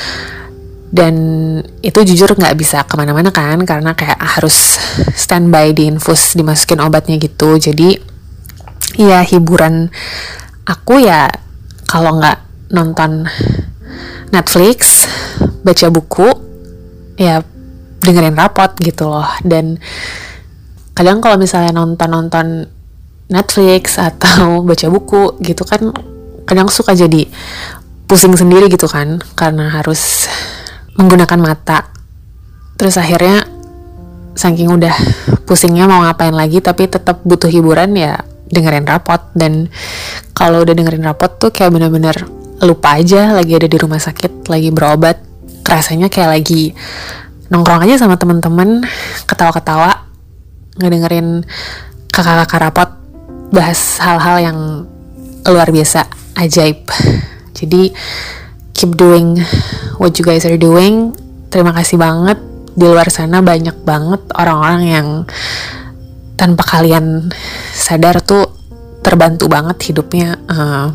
Dan itu jujur gak bisa kemana-mana kan, karena kayak harus standby di infus, dimasukin obatnya gitu. Jadi ya hiburan aku ya kalau gak nonton Netflix, baca buku, ya dengerin rapot gitu loh. Dan kadang kalau misalnya nonton-nonton Netflix atau baca buku gitu kan, kadang suka jadi pusing sendiri gitu kan, karena harus menggunakan mata. Terus akhirnya saking udah pusingnya mau ngapain lagi, tapi tetap butuh hiburan, ya dengerin rapot. Dan kalau udah dengerin rapot tuh kayak bener-bener lupa aja lagi ada di rumah sakit, lagi berobat. Rasanya kayak lagi nongkrong aja sama teman-teman, ketawa-ketawa, ngedengerin kakak-kakak rapot bahas hal-hal yang luar biasa, ajaib. Jadi keep doing what you guys are doing. Terima kasih banget. Di luar sana banyak banget orang-orang yang tanpa kalian sadar tuh terbantu banget hidupnya uh,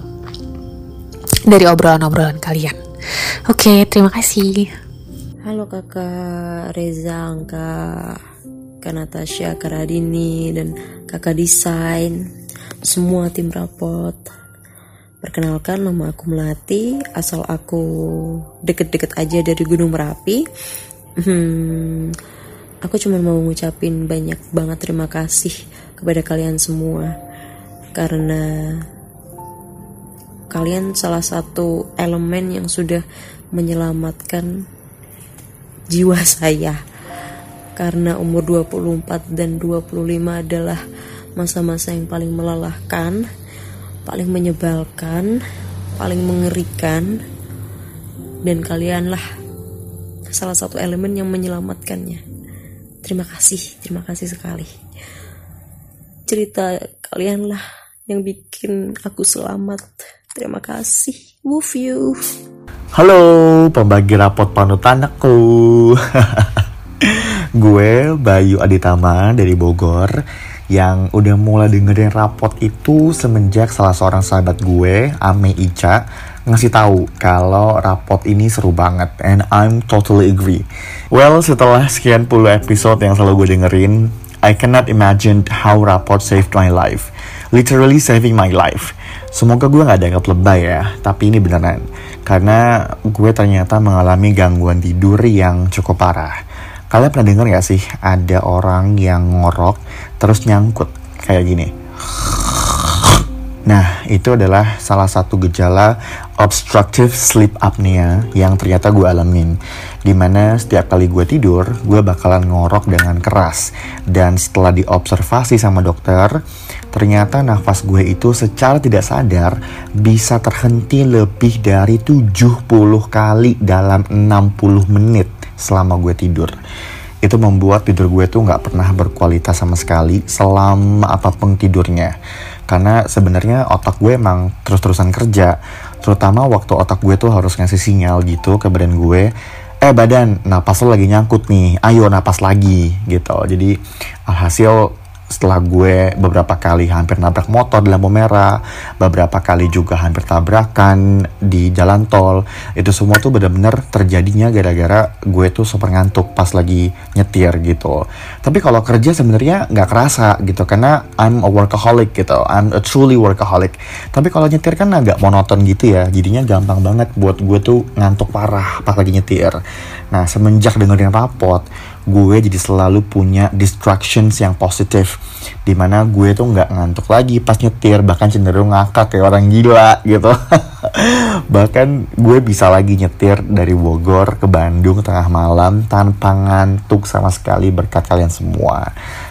dari obrolan-obrolan kalian. Oke, okay, terima kasih. Halo kakak Reza, Angka, Kak Natasha, Kak Radini, dan kakak desain, semua tim rapot. Perkenalkan, nama aku Melati, asal aku deket-deket aja dari Gunung Merapi. Hmm, aku cuma mau ngucapin banyak banget terima kasih kepada kalian semua, karena kalian salah satu elemen yang sudah menyelamatkan jiwa saya. Karena umur dua puluh empat dan dua puluh lima adalah masa-masa yang paling melelahkan, paling menyebalkan, paling mengerikan, dan kalianlah salah satu elemen yang menyelamatkannya. Terima kasih, terima kasih sekali. Cerita kalianlah yang bikin aku selamat. Terima kasih. Love you. Halo, pembagi rapot panutan aku. Gue Bayu Aditama dari Bogor, yang udah mulai dengerin rapot itu semenjak salah seorang sahabat gue, Ame Ica, ngasih tahu kalau rapot ini seru banget, and I'm totally agree. Well, setelah sekian puluh episode yang selalu gue dengerin, I cannot imagine how rapot saved my life. Literally saving my life. Semoga gue gak dianggap lebay ya, tapi ini beneran. Karena gue ternyata mengalami gangguan tidur yang cukup parah. Kalian pernah denger gak sih ada orang yang ngorok terus nyangkut kayak gini? Nah, itu adalah salah satu gejala obstructive sleep apnea yang ternyata gue alamin. Dimana setiap kali gue tidur, gue bakalan ngorok dengan keras. Dan setelah diobservasi sama dokter, ternyata nafas gue itu secara tidak sadar bisa terhenti lebih dari tujuh puluh kali dalam enam puluh menit selama gue tidur. Itu membuat tidur gue tuh gak pernah berkualitas sama sekali selama apapun tidurnya. Karena sebenarnya otak gue emang terus-terusan kerja, terutama waktu otak gue tuh harus ngasih sinyal gitu ke badan gue, eh badan, napas lo lagi nyangkut nih, ayo napas lagi gitu. Jadi alhasil setelah gue beberapa kali hampir nabrak motor di lampu merah, beberapa kali juga hampir tabrakan di jalan tol, itu semua tuh benar-benar terjadinya gara-gara gue tuh super ngantuk pas lagi nyetir gitu. Tapi kalau kerja sebenarnya nggak kerasa gitu, karena I'm a workaholic gitu, I'm a truly workaholic. Tapi kalau nyetir kan agak monoton gitu ya, jadinya gampang banget buat gue tuh ngantuk parah pas lagi nyetir. Nah, semenjak dengerin rapot, gue jadi selalu punya distractions yang positif, dimana gue tuh nggak ngantuk lagi pas nyetir, bahkan cenderung ngakak kayak orang gila gitu. Bahkan gue bisa lagi nyetir dari Bogor ke Bandung tengah malam tanpa ngantuk sama sekali berkat kalian semua.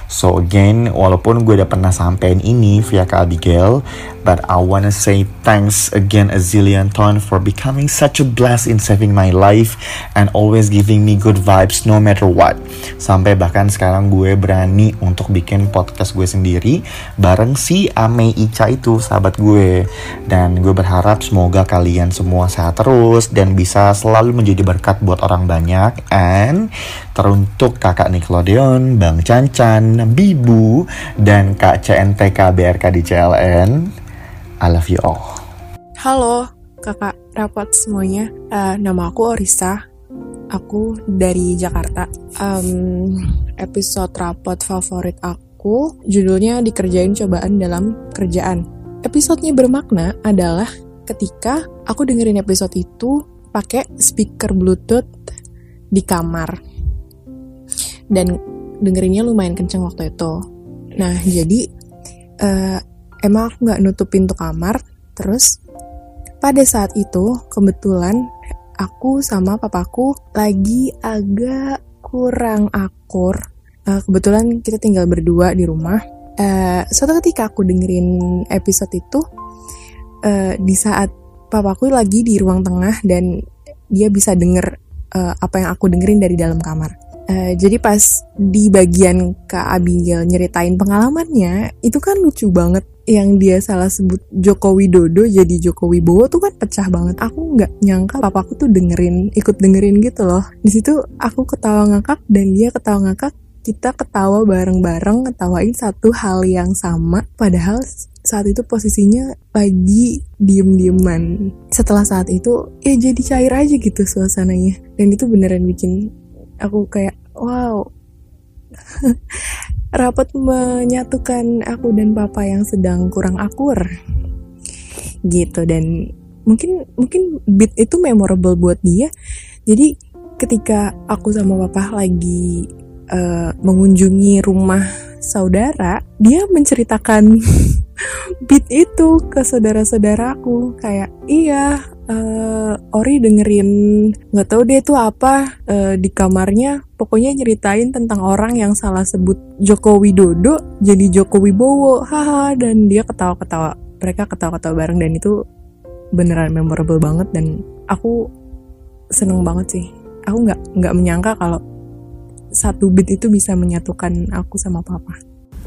So again, walaupun gue udah pernah sampein ini via Kak Abigail, but I wanna say thanks again a zillion ton for becoming such a blast in saving my life and always giving me good vibes no matter what. Sampai bahkan sekarang gue berani untuk bikin podcast gue sendiri bareng si Ame Ica itu, sahabat gue. Dan gue berharap semoga kalian semua sehat terus dan bisa selalu menjadi berkat buat orang banyak. And teruntuk kakak Nickelodeon, Bang Cancan, Bibu, dan Kak C N T K B R K di C L N, I love you all. Halo kakak rapot semuanya, uh, nama aku Orisa, aku dari Jakarta. Um, episode rapot favorit aku judulnya dikerjain cobaan dalam kerjaan. Episodenya bermakna adalah ketika aku dengerin episode itu pakai speaker Bluetooth di kamar dan dengerinnya lumayan kenceng waktu itu. Nah jadi uh, emang aku nggak nutup pintu kamar. Terus pada saat itu kebetulan aku sama papaku lagi agak kurang akur. Uh, kebetulan kita tinggal berdua di rumah. Uh, suatu ketika aku dengerin episode itu, uh, di saat papaku lagi di ruang tengah dan dia bisa denger uh, apa yang aku dengerin dari dalam kamar. Uh, jadi pas di bagian Kak Abigail nyeritain pengalamannya, itu kan lucu banget. Yang dia salah sebut Joko Widodo jadi Joko Wibowo tuh kan pecah banget. Aku nggak nyangka papaku tuh dengerin, ikut dengerin gitu loh. Di situ aku ketawa ngakak dan dia ketawa ngakak. Kita ketawa bareng-bareng, ketawain satu hal yang sama. Padahal saat itu posisinya lagi diem-dieman. Setelah saat itu ya jadi cair aja gitu suasananya. Dan itu beneran bikin aku kayak wow, rapat menyatukan aku dan papa yang sedang kurang akur gitu. Dan mungkin mungkin beat itu memorable buat dia. Jadi ketika aku sama papa lagi uh, mengunjungi rumah saudara, dia menceritakan beat itu ke saudara-saudaraku kayak iya uh, Ori dengerin nggak tahu deh itu apa uh, di kamarnya, pokoknya nyeritain tentang orang yang salah sebut Joko Widodo jadi Joko Wibowo, haha. Dan dia ketawa-ketawa, mereka ketawa-ketawa bareng dan itu beneran memorable banget. Dan aku seneng banget sih, aku nggak nggak menyangka kalau satu beat itu bisa menyatukan aku sama papa.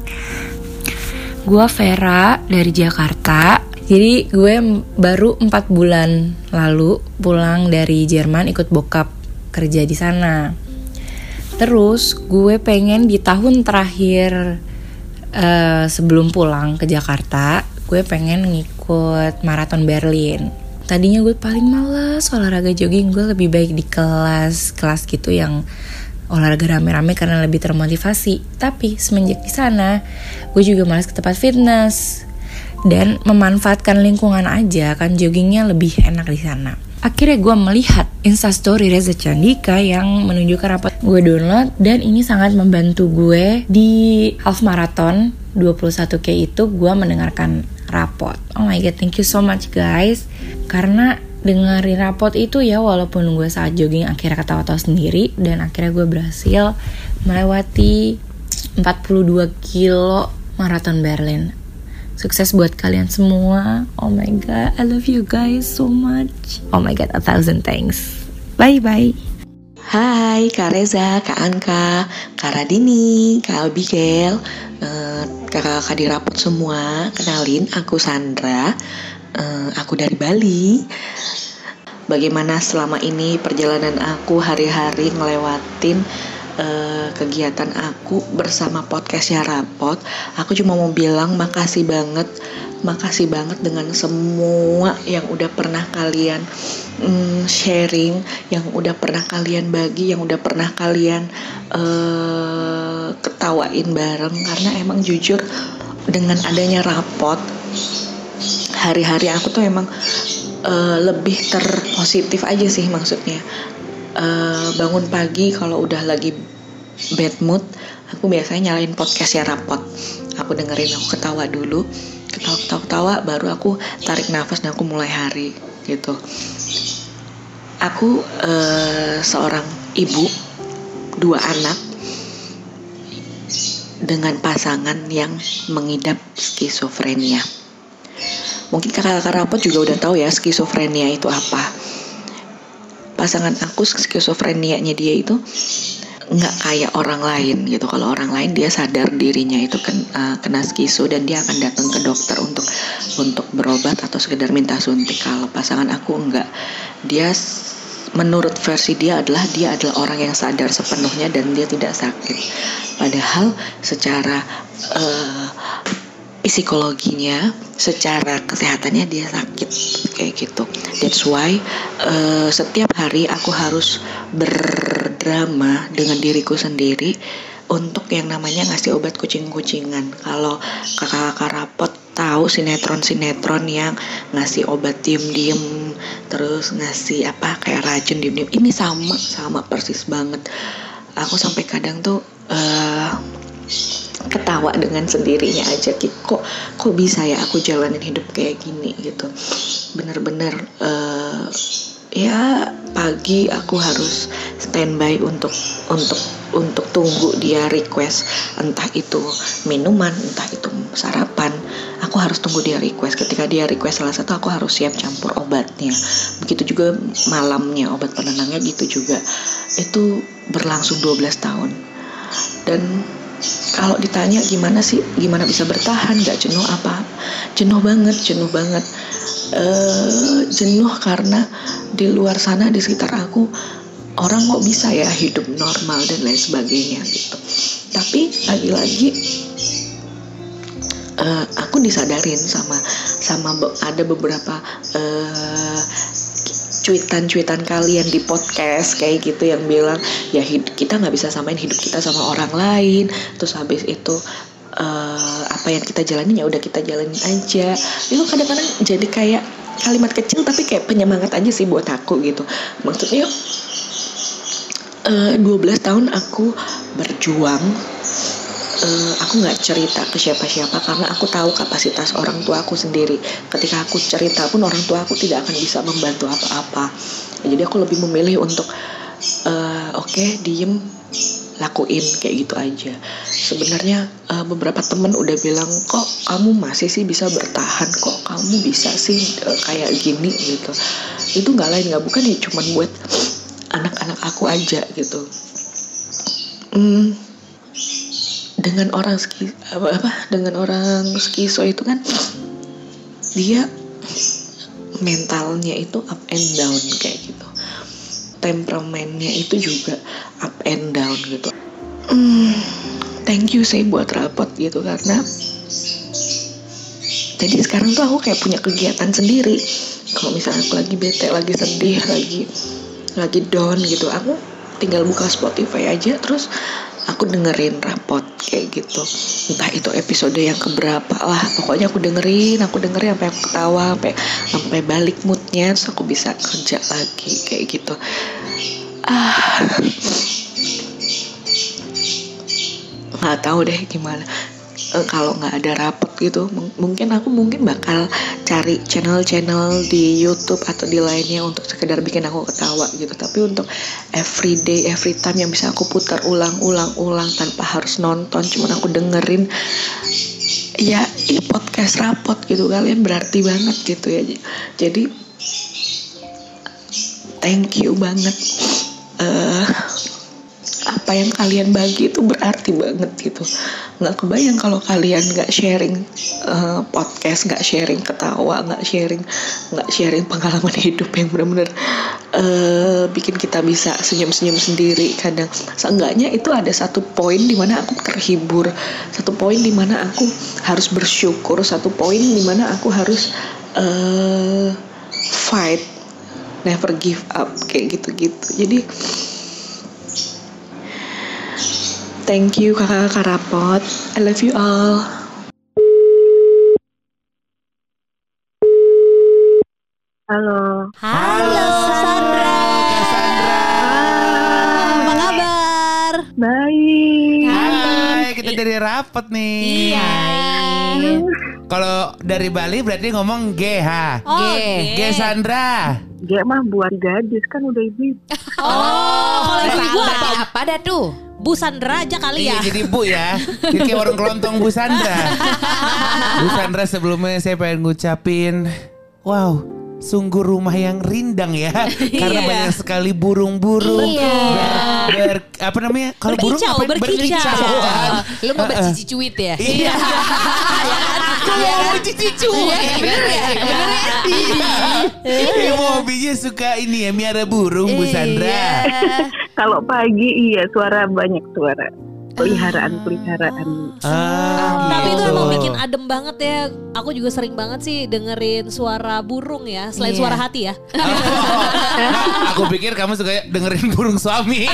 Gue Vera dari Jakarta. Jadi gue baru empat bulan lalu pulang dari Jerman ikut bokap kerja di sana. Terus gue pengen di tahun terakhir uh, sebelum pulang ke Jakarta, gue pengen ngikut maraton Berlin. Tadinya gue paling malas olahraga jogging, gue lebih baik di kelas kelas gitu yang olahraga rame-rame karena lebih termotivasi. Tapi semenjak di sana, gue juga malas ke tempat fitness dan memanfaatkan lingkungan aja, kan joggingnya lebih enak di sana. Akhirnya gue melihat Instastory Reza Candika yang menunjukkan rapot. Gue download dan ini sangat membantu gue di half marathon dua puluh satu K itu. Gue mendengarkan rapot. Oh my god, thank you so much guys. Karena dengerin rapot itu ya, walaupun gue saat jogging akhirnya ketawa-tawa sendiri, dan akhirnya gue berhasil melewati empat puluh dua kilo maraton Berlin. Sukses buat kalian semua. Oh my god, I love you guys so much. Oh my god, a thousand thanks. Bye bye. Hai Kak Reza, Kak Anka, Kak Radini, Kak Abigail, uh, kakak-kakak di rapot semua. Kenalin, aku Sandra. Uh, aku dari Bali. Bagaimana selama ini perjalanan aku hari-hari ngelewatin uh, kegiatan aku bersama podcastnya Rapot. Aku cuma mau bilang makasih banget, makasih banget dengan semua yang udah pernah kalian um, sharing, yang udah pernah kalian bagi, yang udah pernah kalian uh, ketawain bareng. Karena emang jujur dengan adanya Rapot, hari-hari aku tuh emang uh, lebih terpositif aja sih, maksudnya uh, bangun pagi kalau udah lagi bad mood, aku biasanya nyalain podcast ya Rapot. Aku dengerin, aku ketawa dulu, ketawa-ketawa, baru aku tarik nafas dan aku mulai hari gitu. Aku uh, seorang ibu, dua anak, dengan pasangan yang mengidap skizofrenia. Mungkin kakak-kakak rapot juga udah tahu ya skizofrenia itu apa. Pasangan aku skizofrenianya dia itu nggak kayak orang lain gitu. Kalau orang lain dia sadar dirinya itu ken, uh, kena skizo dan dia akan datang ke dokter untuk untuk berobat atau sekedar minta suntik. Kalau pasangan aku enggak, dia menurut versi dia adalah dia adalah orang yang sadar sepenuhnya dan dia tidak sakit. Padahal secara uh, psikologinya, secara kesehatannya dia sakit kayak gitu. That's why uh, setiap hari aku harus berdrama dengan diriku sendiri untuk yang namanya ngasih obat kucing-kucingan. Kalau kakak-kakak rapot tahu sinetron-sinetron yang ngasih obat diem-diem, terus ngasih apa kayak racun diem-diem, ini sama sama persis banget. Aku sampai kadang tuh uh, ketawa dengan sendirinya aja, kok kok bisa ya aku jalanin hidup kayak gini gitu. Bener-bener uh, ya pagi aku harus standby untuk untuk untuk tunggu dia request, entah itu minuman, entah itu sarapan, aku harus tunggu dia request. Ketika dia request salah satu, aku harus siap campur obatnya. Begitu juga malamnya obat penenangnya gitu juga. Itu berlangsung dua belas tahun. Dan kalau ditanya gimana sih, gimana bisa bertahan, gak jenuh apa? Jenuh banget, jenuh banget. Uh, jenuh karena di luar sana di sekitar aku orang kok bisa ya hidup normal dan lain sebagainya gitu. Tapi lagi-lagi uh, aku disadarin sama sama be- ada beberapa uh, cuitan-cuitan kalian di podcast kayak gitu yang bilang ya hid- kita nggak bisa samain hidup kita sama orang lain. Terus habis itu uh, apa yang kita jalanin ya udah kita jalanin aja. Itu kadang-kadang jadi kayak kalimat kecil tapi kayak penyemangat aja sih buat aku gitu. Maksudnya uh, dua belas tahun aku berjuang. Uh, aku nggak cerita ke siapa-siapa karena aku tahu kapasitas orang tua aku sendiri. Ketika aku cerita pun orang tua aku tidak akan bisa membantu apa-apa. Ya, jadi aku lebih memilih untuk uh, oke okay, diem, lakuin kayak gitu aja. Sebenarnya uh, beberapa temen udah bilang kok kamu masih sih bisa bertahan, kok kamu bisa sih uh, kayak gini gitu. Itu nggak lain nggak bukan ya cuman buat anak-anak aku aja gitu. Hmm. Dengan orang ski, apa, apa dengan orang skizo itu kan dia mentalnya itu up and down kayak gitu, temperamennya itu juga up and down gitu. Hmm, thank you saya buat rapot gitu karena jadi sekarang tuh aku kayak punya kegiatan sendiri. Kalau misalnya aku lagi bete, lagi sedih, lagi lagi down gitu, aku tinggal buka Spotify aja terus aku dengerin rapot kayak gitu. Entah itu episode yang keberapa lah, pokoknya aku dengerin, aku dengerin sampai aku ketawa, sampai sampai balik moodnya, terus aku bisa kerja lagi kayak gitu. Ah, nggak tahu deh gimana. E, kalau nggak ada rapot gitu, m- mungkin aku mungkin bakal cari channel-channel di YouTube atau di lainnya untuk sekedar bikin aku ketawa gitu. Tapi untuk every day, every time yang bisa aku putar ulang-ulang-ulang tanpa harus nonton, cuman aku dengerin, ya i podcast rapot gitu, kalian berarti banget gitu ya. Jadi thank you banget. Uh, apa yang kalian bagi itu berarti banget gitu. Nggak kebayang kalau kalian nggak sharing uh, podcast, nggak sharing ketawa, nggak sharing nggak sharing pengalaman hidup yang benar-benar uh, bikin kita bisa senyum-senyum sendiri. Kadang seenggaknya itu ada satu poin di mana aku terhibur, satu poin di mana aku harus bersyukur, satu poin di mana aku harus uh, fight, never give up kayak gitu-gitu. Jadi thank you kakak-kakak rapot. I love you all. Halo. Halo Sandra. Kak Sandra. Apa kabar? Baik. Hai, kita dari rapot nih. Iya. Kalau dari Bali berarti ngomong G H. Oh, G. G. G Sandra. G mah buat gadis kan udah ibu. Oh, kalau ibu apa? Apa dah tuh? Bu Sandra aja kali ya. Iya jadi Bu ya. Jadi kayak warung kelontong Bu Sandra. Bu Sandra sebelumnya saya pengen ngucapin, wow, sungguh rumah yang rindang ya. Karena Iya. banyak sekali burung-burung. Iya. Ber, ber- apa namanya? Kalau burung Berkicau, apa? berkicau. Lu mau bercici-cuit ya? Iya. Aku mau cici cuit. Bener ya? Bener ya? Ibu hobinya suka ini ya, miara burung Bu Sandra. Kalau pagi iya suara banyak suara. Peliharaan-peliharaan. Ah, Tapi itu gitu. emang bikin adem banget ya. Aku juga sering banget sih dengerin suara burung ya. Selain Iya. suara hati ya. Aku pikir kamu suka dengerin burung suami.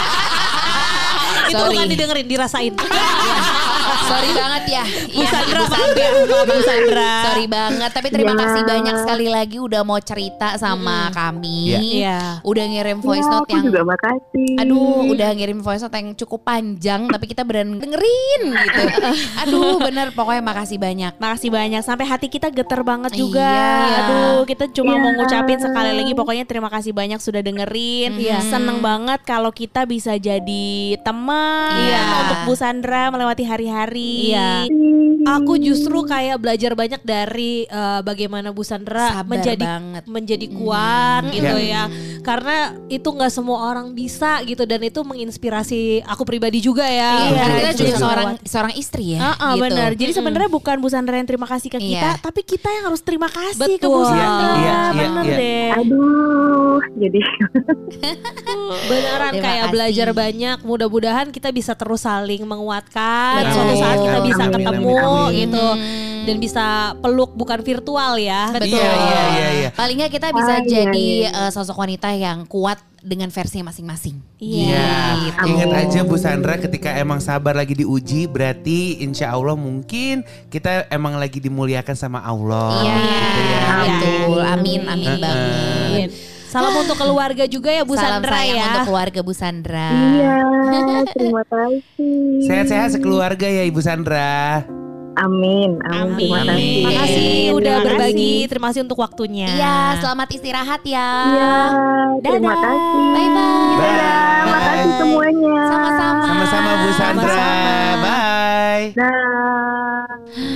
Itu Sorry. bukan didengerin, dirasain. Sorry banget ya. Bu Iya, Sandra, Bu Sandra. maaf Bu Sandra. Sorry banget. Tapi terima Ya. kasih banyak sekali lagi udah mau cerita sama kami. Iya. Iya. Udah ngirim voice Ya, note aku yang juga makasih. Aduh, udah ngirim voice note yang cukup panjang tapi kita beneran dengerin gitu. Aduh, bener pokoknya makasih banyak. Makasih banyak. Sampai hati kita getar banget juga. Iya. Aduh, kita cuma Iya. mau ngucapin sekali lagi pokoknya terima kasih banyak sudah dengerin. Iya. Seneng banget kalau kita bisa jadi teman Iya. untuk Bu Sandra melewati hari-hari. Iya. Aku justru kayak belajar banyak dari eh, bagaimana Bu Sandra Sabar menjadi banget. menjadi kuat Hmm. gitu Ya. ya. Karena itu nggak semua orang bisa gitu dan itu menginspirasi aku pribadi juga ya. Iya, karena kita Untuk juga bisa seorang melewati. seorang istri ya. Ah, ah, gitu. benar. Jadi Mm-mm. sebenarnya bukan Bu Sandra yang terima kasih ke kita, Iya. tapi kita yang harus terima kasih ke Bu Betul. Sandra. Iya, iya, bener iya. deh. Aduh, jadi Beneran Terima kayak kasih. belajar banyak. Mudah-mudahan kita bisa terus saling menguatkan. Betul. Suatu saat kita Amin, bisa amin, ketemu amin, amin. gitu dan bisa peluk bukan virtual ya. Betul. Iya, iya, iya, iya. Paling nggak kita bisa Ah, iya, jadi iya. eh, sosok wanita yang kuat dengan versinya masing-masing. Iya, Gitu. ingat aja Bu Sandra ketika emang sabar lagi diuji berarti insya Allah mungkin kita emang lagi dimuliakan sama Allah. Iya, Gitu ya. betul. Amin, amin Heeh. banget. Salam untuk keluarga juga ya Bu Salam Sandra sayang ya. untuk keluarga Bu Sandra. iya, terima kasih. Sehat-sehat sekeluarga ya Ibu Sandra. Amin, amin, terima kasih. Amin. Makasih udah Terima berbagi. kasih. Terima kasih untuk waktunya. Iya, selamat istirahat ya. Iya, terima Dadah. kasih. Bye-bye. Dadah, Bye. makasih semuanya. Sama-sama. Sama-sama Bu Sandra. Bye. Dah.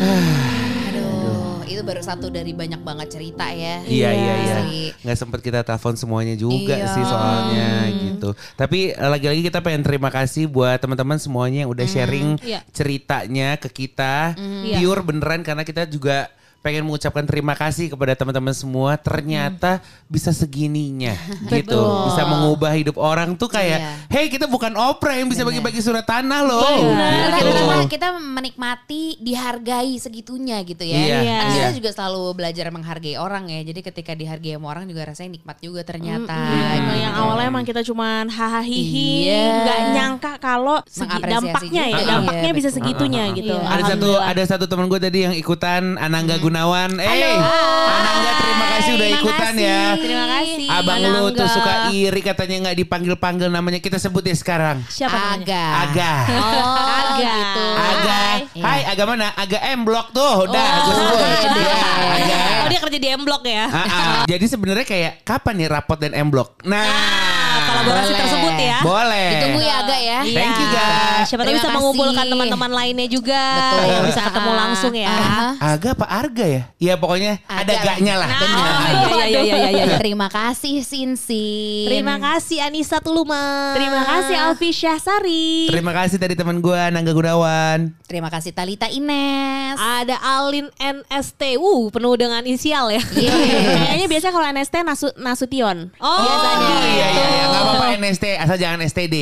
Aduh, itu baru satu dari banyak banget cerita ya. Iya iya iya. Asli. Nggak sempat kita telepon semuanya juga Iya. sih soalnya gitu. Tapi eh, lagi-lagi kita pengen terima kasih buat teman-teman semuanya yang udah sharing Iya. ceritanya ke kita. Iya. Pure beneran karena kita juga pengen mengucapkan terima kasih kepada teman-teman semua. Ternyata bisa segininya gitu. Betul. Bisa mengubah hidup orang tuh kayak, Iya. hey kita bukan Oprah yang bisa bagi-bagi surat tanah loh. Bener. Tapi Gitu. kita, kita menikmati, dihargai segitunya gitu ya. Iya, Iya. Kan kita iya. juga selalu belajar menghargai orang ya. Jadi ketika dihargai sama orang juga rasanya nikmat juga ternyata. Mm-mm. gitu. Yang awalnya emang kita cuman hahaha hihi, Iya. nggak nyangka kalau segi, Mengapresiasi dampaknya ya, juga. dampaknya Iya, bisa betul. segitunya gitu. Iya. Ada satu Alhamdulillah. ada satu teman gue tadi yang ikutan, Anangga Gunawan. Eh, Halo. Anangga terima kasih udah Terima ikutan kasih. ya. Terima kasih. Abang lu Anangga. tuh suka iri katanya nggak dipanggil-panggil namanya, kita sebut ya sekarang. Siapa namanya? Aga. Aga. Oh, Aga. gitu. Aga. Iya. Hai, Aga mana? Aga M Block tuh. Udah, Oh, gue sebut. iya. Ya, Aga. Oh dia kerja di M Block ya? Ah, ah. Jadi sebenarnya kayak kapan nih Rapot dan M Block? Nah, Kolaborasi boleh. tersebut ya. boleh. Ditunggu ya Aga ya. Iya. Thank you, guys. Siapa tahu Terima bisa kasih. mengumpulkan teman-teman lainnya juga. Betul. Yang bisa ketemu langsung ya. Aha. Aga apa Arga ya? Iya pokoknya ada Aga. gaknya lah. Nah, Benar. oh, iya, iya, iya, iya, iya. Terima kasih Sinsin. Terima kasih Anissa Tuluma. Terima kasih Alfi Syahsari. Terima kasih tadi teman gue Nangga Gunawan. Terima kasih Talita Ines. Ada Alin N S T. Uh, penuh dengan inisial ya. Yes. Kayaknya biasanya kalau N S T Nasu, Nasution. Oh, Biasanya. Oh iya iya iya, nggak apa-apa gitu. N S T asal jangan S T D.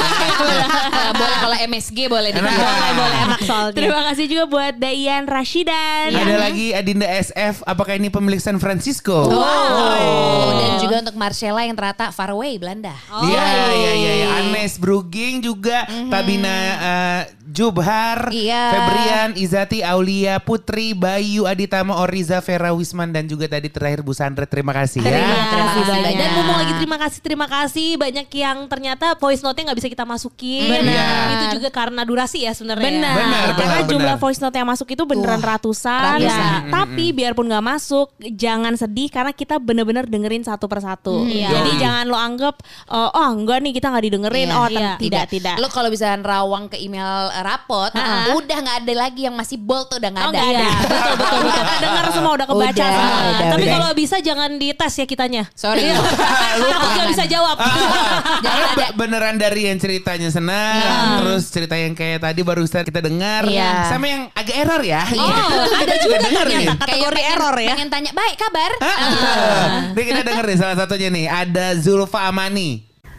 Eh, boleh kalau M S G boleh Enak. dipakai. Boleh, boleh enak soalnya. Terima kasih juga buat Dayan Rashidan. Ada lagi Adinda S F, apakah ini pemilik San Francisco? Oh. Dan juga untuk Marcella yang ternyata far away Belanda. Iya iya iya iya. Anes Bruging juga, Tabina eh, Jubhar, Iya. Febrian, Izati, Aulia, Putri, Bayu, Aditama, Oriza, Vera Wisman dan juga tadi terakhir Bu Sandra. Terima kasih ya. Terima kasih banyak. banyak. Dan ngomong lagi terima kasih terima kasih sih, banyak yang ternyata voice note-nya nggak bisa kita masukin. Benar. Itu juga karena durasi ya sebenarnya. Benar. Benar, Karena benar, jumlah benar. voice note yang masuk itu beneran Wah, ratusan. ratusan. Ya. Tapi biarpun nggak masuk, jangan sedih karena kita bener-bener dengerin satu persatu. Hmm, iya. Jadi jangan lo anggap, uh, oh enggak nih kita nggak didengerin. Iya. Oh Iya. tidak tidak. Lo kalau bisa rawang ke email rapot, Uh-uh. udah nggak ada lagi yang masih bold tuh udah nggak Oh ada. nggak ada. Betul betul betul. Kita dengar semua udah kebaca Udah, semua. udah, Tapi udah. kalau bisa jangan dites ya kitanya. Sorry. Iya. Takut nggak bisa jawab. Karena be- beneran dari yang ceritanya senang, Iya. terus cerita yang kayak tadi barusan kita dengar, Iya. sama yang agak error ya. Oh, Kita ada juga juga denger nih. ternyata kategori error ya. Pengen tanya, baik kabar? Ini kita denger nih salah satunya nih, ada Zulfa Amani.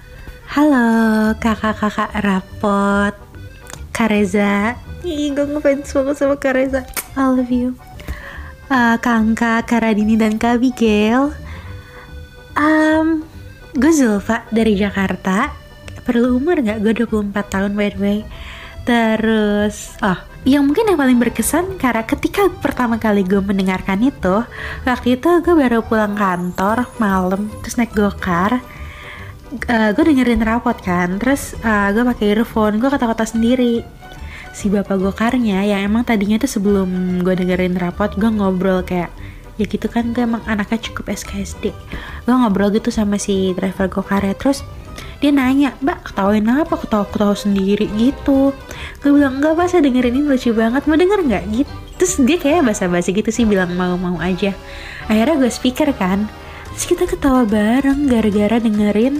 Halo kakak-kakak rapot, Kak Reza. Ih, gue ngefans banget sama Kak Reza. I love you. Uh, Kak Angka, Kak Radini, dan Kak Abigail. Um, gue Zulfa dari Jakarta. Perlu umur gak? Gue dua puluh empat tahun by the way. Terus, oh, yang mungkin yang paling berkesan karena ketika pertama kali gue mendengarkan itu, waktu itu gue baru pulang kantor malam, terus naik gokar. Uh, gue dengerin rapot kan, terus uh, gue pakai earphone, gue kata-kata sendiri. Si bapak gokarnya yang emang tadinya tuh sebelum gue dengerin rapot, gue ngobrol kayak ya gitu kan, gue emang anaknya cukup S K S D. Gue ngobrol gitu sama si driver gokarnya, terus dia nanya, mbak ketawain apa, ketawa-ketawa sendiri gitu. Gue bilang enggak pak, saya dengerin ini lucu banget, mau denger nggak gitu. Terus dia kayak basa-basi gitu sih, bilang mau-mau aja. Akhirnya gue speaker kan, terus kita ketawa bareng gara-gara dengerin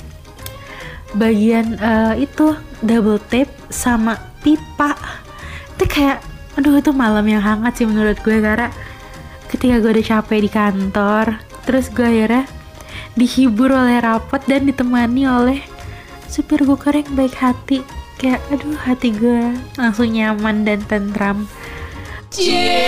bagian uh, itu double tape sama pipa. Itu kayak aduh, itu malam yang hangat sih menurut gue, karena ketika gue udah capek di kantor, terus gue akhirnya dihibur oleh rapot dan ditemani oleh supir gokar yang baik hati. Kayak aduh, hati gue langsung nyaman dan tentram. Cie.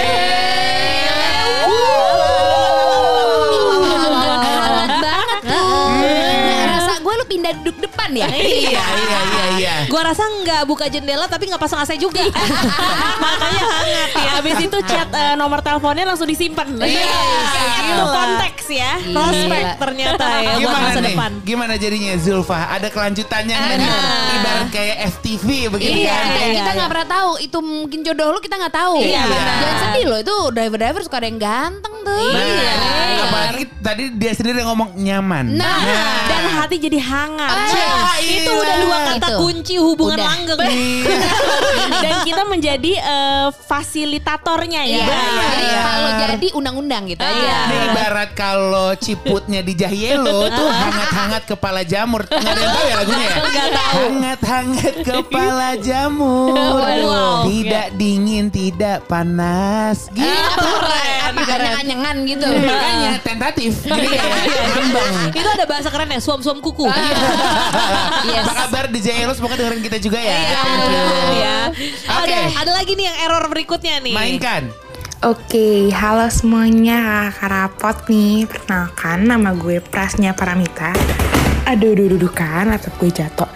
Hangat banget tuh. Rasa gue lu pindah duduk depan ya? Iya, iya, iya, iya. Gua rasa nggak buka jendela tapi nggak pasang A C juga. Makanya hangat ya. Habis itu chat uh, nomor teleponnya langsung disimpan. Iya. Itu konteks ya. Prospek ternyata ya buat Gimana masa nih? depan. Gimana jadinya Zulfa? Ada kelanjutannya nggak nih? Ibarat kayak F T V begini Iya, kan? dan kita nggak pernah tahu itu mungkin jodoh lu, kita nggak tahu. Iya, benar. Jangan sedih loh, itu driver-driver suka ada yang ganteng tuh. Iya. Apalagi tadi dia sendiri yang ngomong nyaman. Nah, dan hati jadi hangat. Ah, itu iya. udah dua kata Itu. kunci hubungan Udah. langgeng. Dan kita menjadi eh, fasilitatornya ya. Iya, jadi Iya. kalau jadi undang-undang gitu aja. Ini ibarat kalau ciputnya di Jahielo tuh hangat-hangat kepala jamur. Nggak ada yang tahu ya lagunya ya? Nggak tahu. Hangat-hangat kepala jamur. Wow. Tidak dingin, tidak panas. Gitu. Apa anyang-anyangan gitu. Makanya tentatif. Jadi kayak ngambang. Itu ada bahasa keren ya, suam-suam kuku. Apa kabar di Jahielo? Semoga dengerin kita juga ya. Ya. Oke. Ada, ada lagi nih yang error berikutnya nih. Mainkan. Oke, halo semuanya, Kak Rapot nih. Perkenalkan, nama gue Prasnya Paramita. Aduh, aduh, aduh, kan laptop gue jatuh.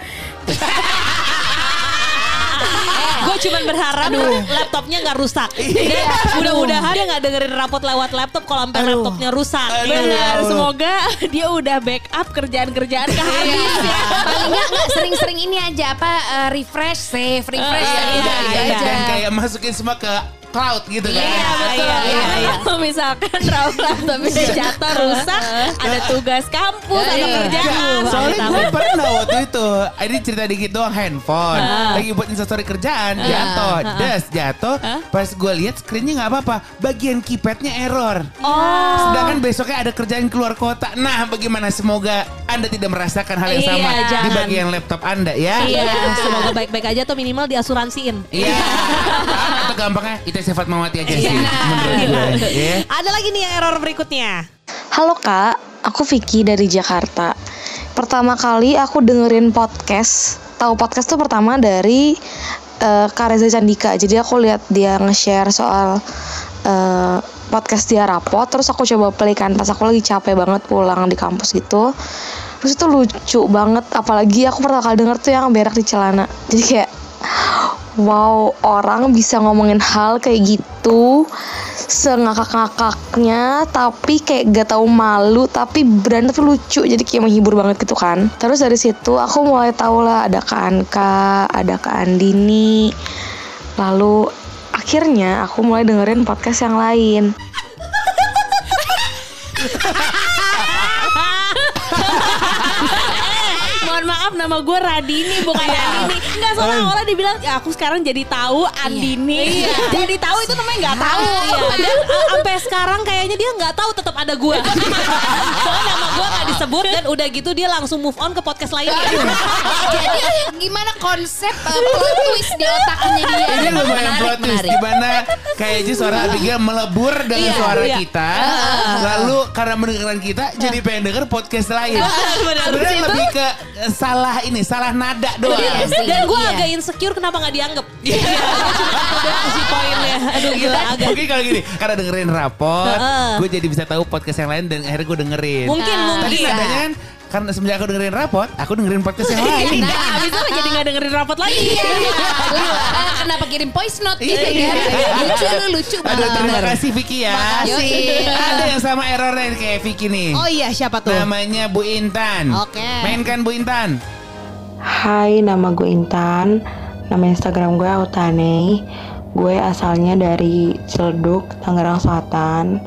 Gue cuma berharap laptopnya nggak rusak. Dan mudah-mudahan dia nggak dengerin rapot lewat laptop kalau sampai laptopnya rusak. Benar. Semoga dia udah backup kerjaan-kerjaan ke habis ya. Paling nggak nggak sering-sering ini aja apa uh, refresh, save, refresh, Iya, udah iya, gitu iya. aja. Dan kayak masukin semua ke cloud gitu kan. Iya betul. iya, iya, iya. Kalau misalkan laptopnya jatuh rusak, ada tugas kampus, ada kerjaan. Soalnya gue pernah waktu itu, ini cerita dikit doang, handphone lagi buat instastory kerjaan, jatuh, des jatuh. Pas gue lihat screennya nggak apa-apa, bagian keypadnya error. Oh. Sedangkan besoknya ada kerjaan keluar kota. Nah, bagaimana? Semoga Anda tidak merasakan hal yang Iya, sama di jangan. bagian laptop Anda ya. Iya, semoga baik-baik aja atau minimal diasuransiin. Iya. Atau gampangnya itu sifat mawati aja sih menurut gue. Ya. Ada lagi nih yang error berikutnya. Halo Kak, aku Vicky dari Jakarta. Pertama kali aku dengerin podcast, tahu podcast tuh pertama dari uh, Kak Reza Candika. Jadi aku lihat dia nge-share soal uh, podcast dia Rapot, terus aku coba play kan pas aku lagi capek banget pulang di kampus gitu. Terus itu lucu banget, apalagi aku pertama kali denger tuh yang berak di celana. Jadi kayak Wow, orang bisa ngomongin hal kayak gitu sengakak-ngakaknya, tapi kayak gak tahu malu, tapi berantem tuh lucu, jadi kayak menghibur banget gitu kan. Terus dari situ aku mulai tahu lah ada Kak Anka, ada Kak Andini. Lalu akhirnya aku mulai dengerin podcast yang lain. Mohon maaf, nama gue Radini bukan Andini. Enggak, soalnya awalnya dibilang ya aku sekarang jadi tahu Andini. Iya. Jadi tahu itu namanya nggak tahu. Iya. Dan uh, sampai sekarang kayaknya dia nggak tahu tetap ada gue. Soalnya nama gue nggak disebut dan udah gitu dia langsung move on ke podcast lainnya. Jadi gimana konsep uh, plot twist di otaknya dia? Ini lumayan plot twist di mana kayaknya suara Abigail melebur dengan iya, suara iya. kita. Uh, lalu karena mendengarkan kita uh, jadi pengen denger podcast lain. Uh, Sebenarnya lebih ke salah ini, salah nada doang. Iya, dan gue iya. agak insecure kenapa gak dianggap. Iya. Udah kasih poinnya. Aduh gila agak. Mungkin kalau gini, karena dengerin rapot, gue jadi bisa tahu podcast yang lain dan akhirnya gue dengerin. Mungkin, uh, mungkin. Tadi nadanya kan, karena semenjak aku dengerin rapot, aku dengerin podcast yang lain. Nah, abis itu jadi gak dengerin rapot lagi. Iya. Kenapa kirim voice note gitu kan? Lucu lu, lucu banget. Aduh, terima kasih Vicky ya. Makasih. Ada yang sama errornya kayak Vicky nih. Oh iya, siapa tuh? Namanya Bu Intan. Oke. Mainkan Bu Intan. Hai, nama gue Intan. Nama Instagram gue Autane. Gue asalnya dari Ciledug, Tangerang Selatan.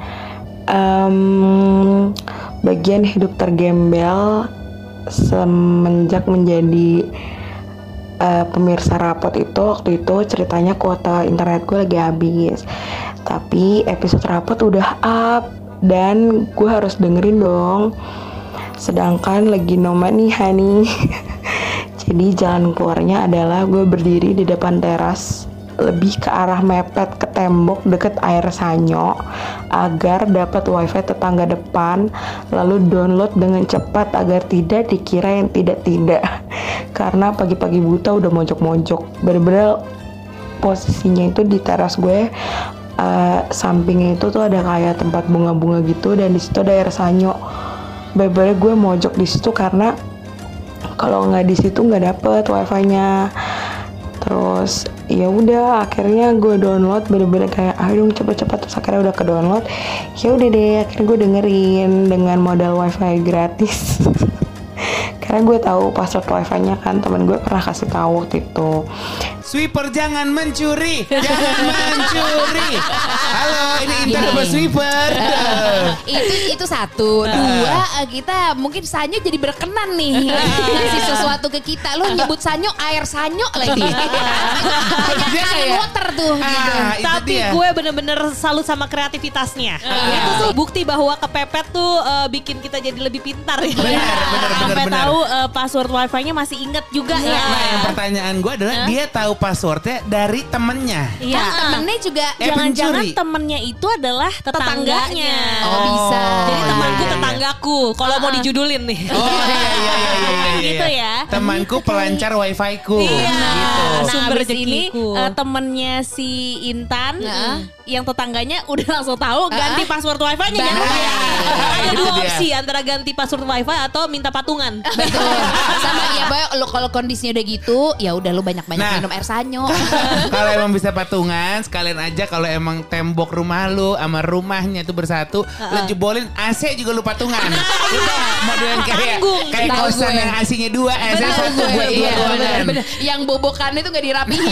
Um, bagian hidup tergembel semenjak menjadi uh, pemirsa rapot itu. Waktu itu ceritanya kuota internet gue lagi habis, tapi episode rapot udah up dan gue harus dengerin dong. Sedangkan lagi no money honey. Jadi jalan keluarnya adalah gue berdiri di depan teras, lebih ke arah mepet ke tembok deket air sanyo agar dapat wifi tetangga depan, lalu download dengan cepat agar tidak dikira yang tidak-tidak. Karena pagi-pagi buta udah mojok-mojok. Bener-bener posisinya itu di teras gue, uh, sampingnya itu tuh ada kayak tempat bunga-bunga gitu dan di situ ada air sanyo. Bener-bener gue mojok di situ karena kalau nggak di situ nggak dapet wifi-nya. Terus ya udah akhirnya gue download bener-bener kayak aduh cepet-cepet, terus akhirnya udah ke download. Ya udah deh akhirnya gue dengerin dengan modal wifi gratis. Karena gue tahu password wifi-nya kan, temen gue pernah kasih tahu waktu itu. Sweeper jangan mencuri, jangan mencuri. Halo, ini Intan apa sweeper? itu itu satu, dua kita mungkin Sanyo jadi berkenan nih ngasih sesuatu ke kita. Lu nyebut Sanyo air sanyo lagi. Banyak water tuh. Gitu. Tapi gue bener-bener salut sama kreativitasnya. Itu tuh bukti bahwa kepepet tuh uh, bikin kita jadi lebih pintar ya. Benar, benar, benar. Sampai tahu uh, password wifi-nya masih inget juga ya. Nah, yang pertanyaan gue adalah huh? dia tahu passwordnya dari temennya. Iya. Kan temennya juga eh, jangan-jangan temennya itu adalah tetangganya. Oh, bisa. Jadi temanku iya, tetanggaku. Kalau uh-uh. mau dijudulin nih. Oh iya iya iya iya. iya. Gitu ya. Temanku pelancar wifi-ku. Iya. Gitu. Nah, sumber ini uh, temennya si Intan, uh-uh. yang tetangganya udah langsung tahu uh-uh. ganti password wifi-nya. Nah, ya. Ada dua opsi antara ganti password wifi atau minta patungan. Betul. Sama ya, Boy, lo kalau kondisinya udah gitu, ya udah lu banyak-banyak nah, minum air sanyo. Kalau emang bisa patungan, sekalian aja kalau emang tembok rumah lu sama rumahnya itu bersatu, uh-uh. lu jebolin A C juga lu patungan. Itu model yang kayak kayak kosan yang A C-nya dua, A C satu buat dua ruangan. Yang bobokannya tuh gak dirapihin.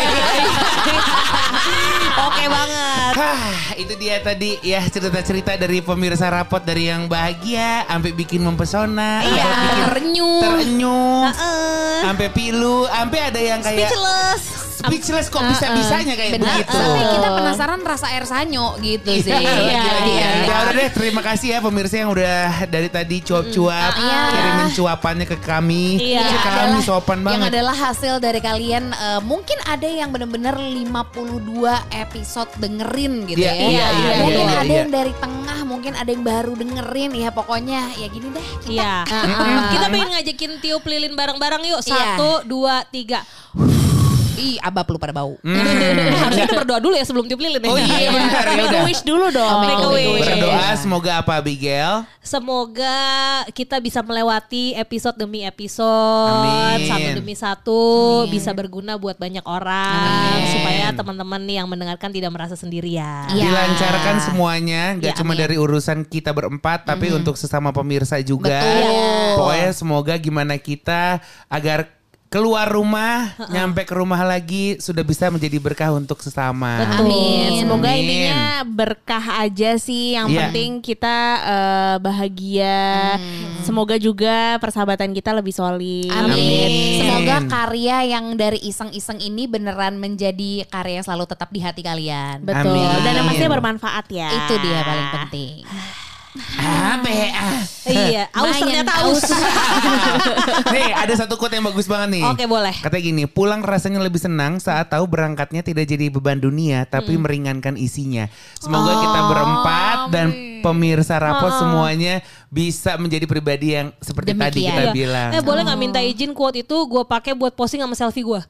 Oke banget. Hah, itu dia tadi ya cerita-cerita dari pemirsa rapot, dari yang bahagia sampai bikin mempesona, iya, bikin terenyuh, terenyuh, uh-uh. sampai pilu, sampai ada yang kayak speechless. Speechless kok bisa-bisanya kayak benar, begitu. Tapi kita penasaran rasa air sanyo gitu sih. Iya, iya, iya. Ya udah deh, terima kasih ya pemirsa yang udah dari tadi cuap-cuap, mm, iya. kirimin cuapannya ke kami. Iya. Ke kami sopan banget. Yang adalah hasil dari kalian, uh, mungkin ada yang benar-benar lima puluh dua episode dengerin gitu yeah, ya. Iya, iya, mungkin iya, ada iya. yang dari tengah, mungkin ada yang baru dengerin ya, pokoknya ya gini deh kita. Iya. Uh-uh. Kita pengen ngajakin tiup lilin bareng-bareng yuk. Satu, iya. dua, tiga. Ih, abab lu pada bau. Hmm. Harusnya kita berdoa dulu ya sebelum tiup lilin. Oh iya benar. Make a wish dulu dong. Oh, Make a wish. Berdoa semoga apa Abigail? Semoga kita bisa melewati episode demi episode, Amin. satu demi satu, Amin. bisa berguna buat banyak orang, Amin. supaya teman-teman nih yang mendengarkan tidak merasa sendirian. Ya. Dilancarkan semuanya, gak Ya, cuma amin. dari urusan kita berempat, tapi Mm. untuk sesama pemirsa juga. Betul. Pokoknya semoga gimana kita agar keluar rumah, uh-uh. nyampe ke rumah lagi sudah bisa menjadi berkah untuk sesama. Betul. Amin. Semoga Amin. intinya berkah aja sih. Yang yeah. penting kita uh, bahagia. Hmm. Semoga juga persahabatan kita lebih solid. Amin. Amin. Semoga karya yang dari iseng-iseng ini beneran menjadi karya yang selalu tetap di hati kalian. Betul. Amin. Dan yang pastinya bermanfaat ya. Itu dia paling penting. Ah, be, ah. Iya, aus ternyata aus. Nih, ada satu quote yang bagus banget nih. Oke, boleh. Katanya gini, pulang rasanya lebih senang saat tahu berangkatnya tidak jadi beban dunia, tapi Hmm. meringankan isinya. Semoga Oh, kita berempat dan pemirsa Rapot Oh. semuanya bisa menjadi pribadi yang seperti Demikian. tadi kita Iya. bilang. Eh boleh nggak minta izin quote itu gue pakai buat posting sama selfie gue?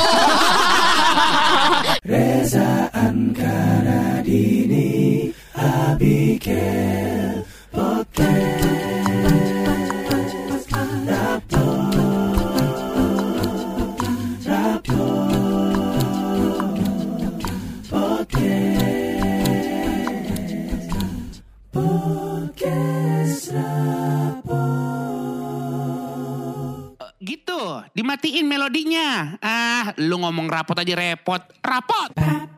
Reza Ankara Dini Abigail Podcast Rapot Rapot Podcast Podcast Rapot. Gitu, dimatiin melodinya. Ah, lu ngomong rapot aja repot. Rapot.